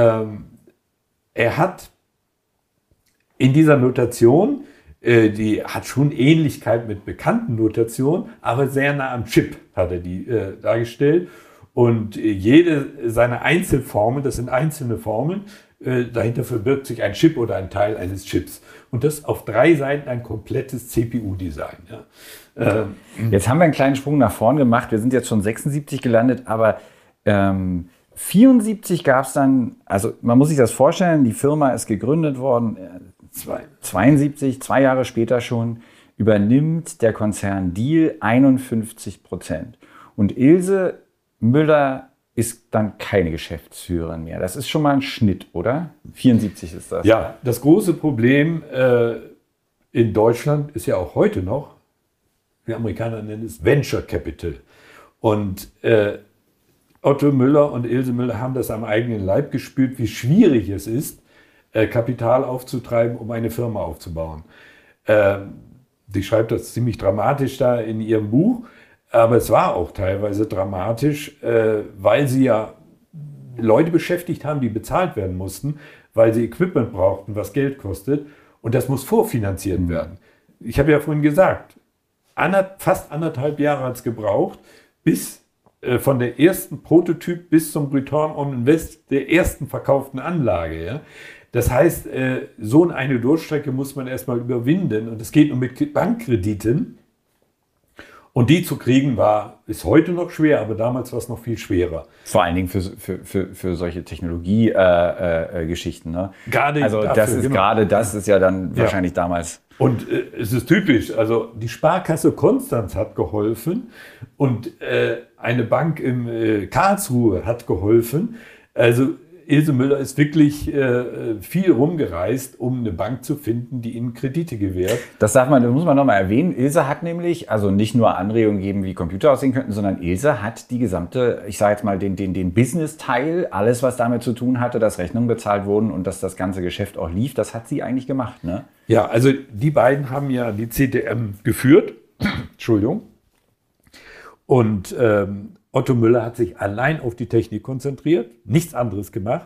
Er hat in dieser Notation, die hat schon Ähnlichkeit mit bekannten Notationen, aber sehr nah am Chip hat er die dargestellt. Und jede seiner Einzelformen, das sind einzelne Formeln, dahinter verbirgt sich ein Chip oder ein Teil eines Chips. Und das auf 3 Seiten ein komplettes CPU-Design. Ja. Jetzt haben wir einen kleinen Sprung nach vorn gemacht. Wir sind jetzt schon 76 gelandet, aber 74 gab es dann, also man muss sich das vorstellen, die Firma ist gegründet worden, 72, 2 Jahre später schon, übernimmt der Konzern Diehl 51%. Und Ilse Müller ist dann keine Geschäftsführerin mehr. Das ist schon mal ein Schnitt, oder? 74 ist das. Ja, das große Problem in Deutschland ist ja auch heute noch, die Amerikaner nennen es Venture Capital. Und Otto Müller und Ilse Müller haben das am eigenen Leib gespürt, wie schwierig es ist, Kapital aufzutreiben, um eine Firma aufzubauen. Sie schreibt das ziemlich dramatisch da in ihrem Buch, aber es war auch teilweise dramatisch, weil sie ja Leute beschäftigt haben, die bezahlt werden mussten, weil sie Equipment brauchten, was Geld kostet, und das muss vorfinanziert werden. Ich habe ja vorhin gesagt, fast 1,5 Jahre hat es gebraucht, bis von der ersten Prototyp bis zum Return on Invest der ersten verkauften Anlage. Ja? Das heißt, so eine Durchstrecke muss man erstmal überwinden, und es geht nur mit Bankkrediten. Und die zu kriegen ist heute noch schwer, aber damals war es noch viel schwerer. Vor allen Dingen für solche Technologie-Geschichten. Ne? Gerade also dafür, das ist ja dann wahrscheinlich damals. Und es ist typisch, also die Sparkasse Konstanz hat geholfen und eine Bank in Karlsruhe hat geholfen. Also Ilse Müller ist wirklich viel rumgereist, um eine Bank zu finden, die ihnen Kredite gewährt. Das muss man nochmal erwähnen. Ilse hat nämlich also nicht nur Anregungen gegeben, wie Computer aussehen könnten, sondern Ilse hat die gesamte, ich sage jetzt mal, den Business-Teil, alles, was damit zu tun hatte, dass Rechnungen bezahlt wurden und dass das ganze Geschäft auch lief, das hat sie eigentlich gemacht, ne? Ja, also die beiden haben ja die CTM geführt. Entschuldigung. Und Otto Müller hat sich allein auf die Technik konzentriert, nichts anderes gemacht.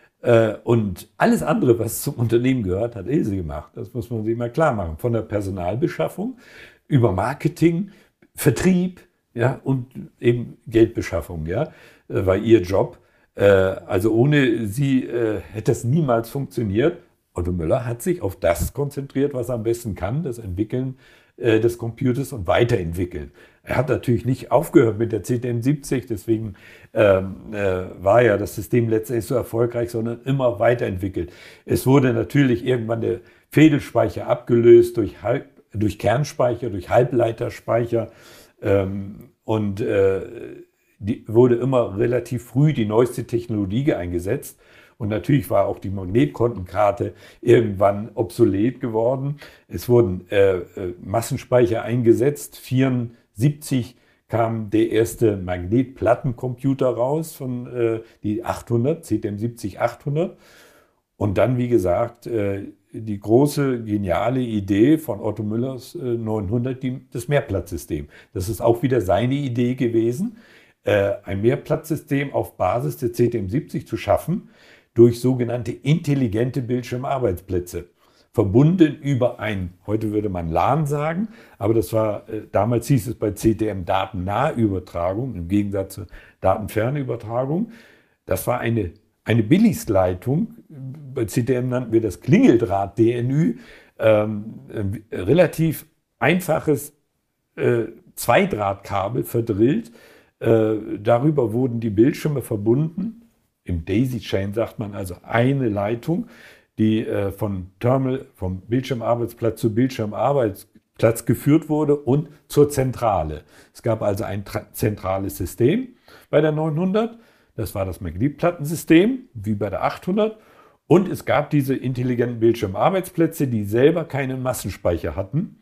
Und alles andere, was zum Unternehmen gehört, hat Ilse gemacht. Das muss man sich mal klar machen. Von der Personalbeschaffung über Marketing, Vertrieb, ja, und eben Geldbeschaffung, ja, war ihr Job. Also ohne sie hätte es niemals funktioniert. Otto Müller hat sich auf das konzentriert, was er am besten kann, das Entwickeln des Computers und weiterentwickeln. Er hat natürlich nicht aufgehört mit der CTM70, deswegen war ja das System letztendlich so erfolgreich, sondern immer weiterentwickelt. Es wurde natürlich irgendwann der Fädelspeicher abgelöst durch Kernspeicher, durch Halbleiterspeicher und wurde immer relativ früh die neueste Technologie eingesetzt. Und natürlich war auch die Magnetkontenkarte irgendwann obsolet geworden. Es wurden Massenspeicher eingesetzt. 1974 kam der erste Magnetplattencomputer raus von die 800, CTM70 800. Und dann, wie gesagt, die große, geniale Idee von Otto Müllers 900, das Mehrplatzsystem. Das ist auch wieder seine Idee gewesen, ein Mehrplatzsystem auf Basis der CTM70 zu schaffen, durch sogenannte intelligente Bildschirmarbeitsplätze. Verbunden über heute würde man LAN sagen, aber das war, damals hieß es bei CTM Datennahübertragung, im Gegensatz zur Datenfernübertragung. Das war eine Billigleitung, bei CTM nannten wir das Klingeldraht DNÜ, relativ einfaches Zweidrahtkabel verdrillt. Darüber wurden die Bildschirme verbunden. Im Daisy-Chain sagt man also eine Leitung, die vom Bildschirmarbeitsplatz zu Bildschirmarbeitsplatz geführt wurde und zur Zentrale. Es gab also ein zentrales System bei der 900. Das war das Magnetplattensystem, wie bei der 800. Und es gab diese intelligenten Bildschirmarbeitsplätze, die selber keinen Massenspeicher hatten,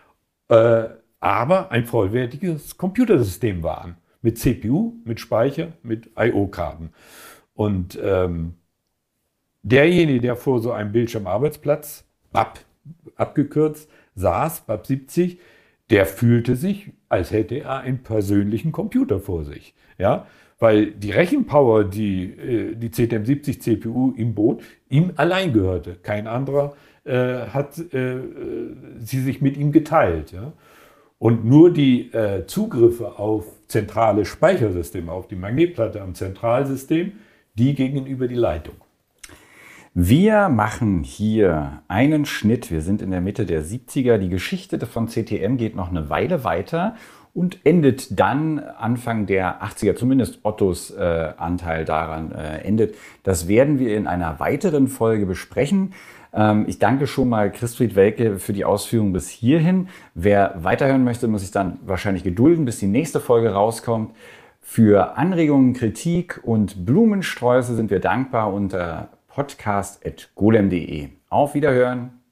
aber ein vollwertiges Computersystem waren. Mit CPU, mit Speicher, mit I/O-Karten. Und derjenige, der vor so einem Bildschirmarbeitsplatz, BAP abgekürzt, saß, BAP 70, der fühlte sich, als hätte er einen persönlichen Computer vor sich. Ja? Weil die Rechenpower, die ZM70 CPU ihm bot, ihm allein gehörte. Kein anderer hat sie sich mit ihm geteilt. Ja? Und nur die Zugriffe auf zentrale Speichersysteme, auf die Magnetplatte am Zentralsystem, die gingen über die Leitung. Wir machen hier einen Schnitt. Wir sind in der Mitte der 70er. Die Geschichte von CTM geht noch eine Weile weiter und endet dann Anfang der 80er, zumindest Ottos Anteil daran endet. Das werden wir in einer weiteren Folge besprechen. Ich danke schon mal Christfried Welke für die Ausführungen bis hierhin. Wer weiterhören möchte, muss sich dann wahrscheinlich gedulden, bis die nächste Folge rauskommt. Für Anregungen, Kritik und Blumensträuße sind wir dankbar unter podcast@golem.de. Auf Wiederhören!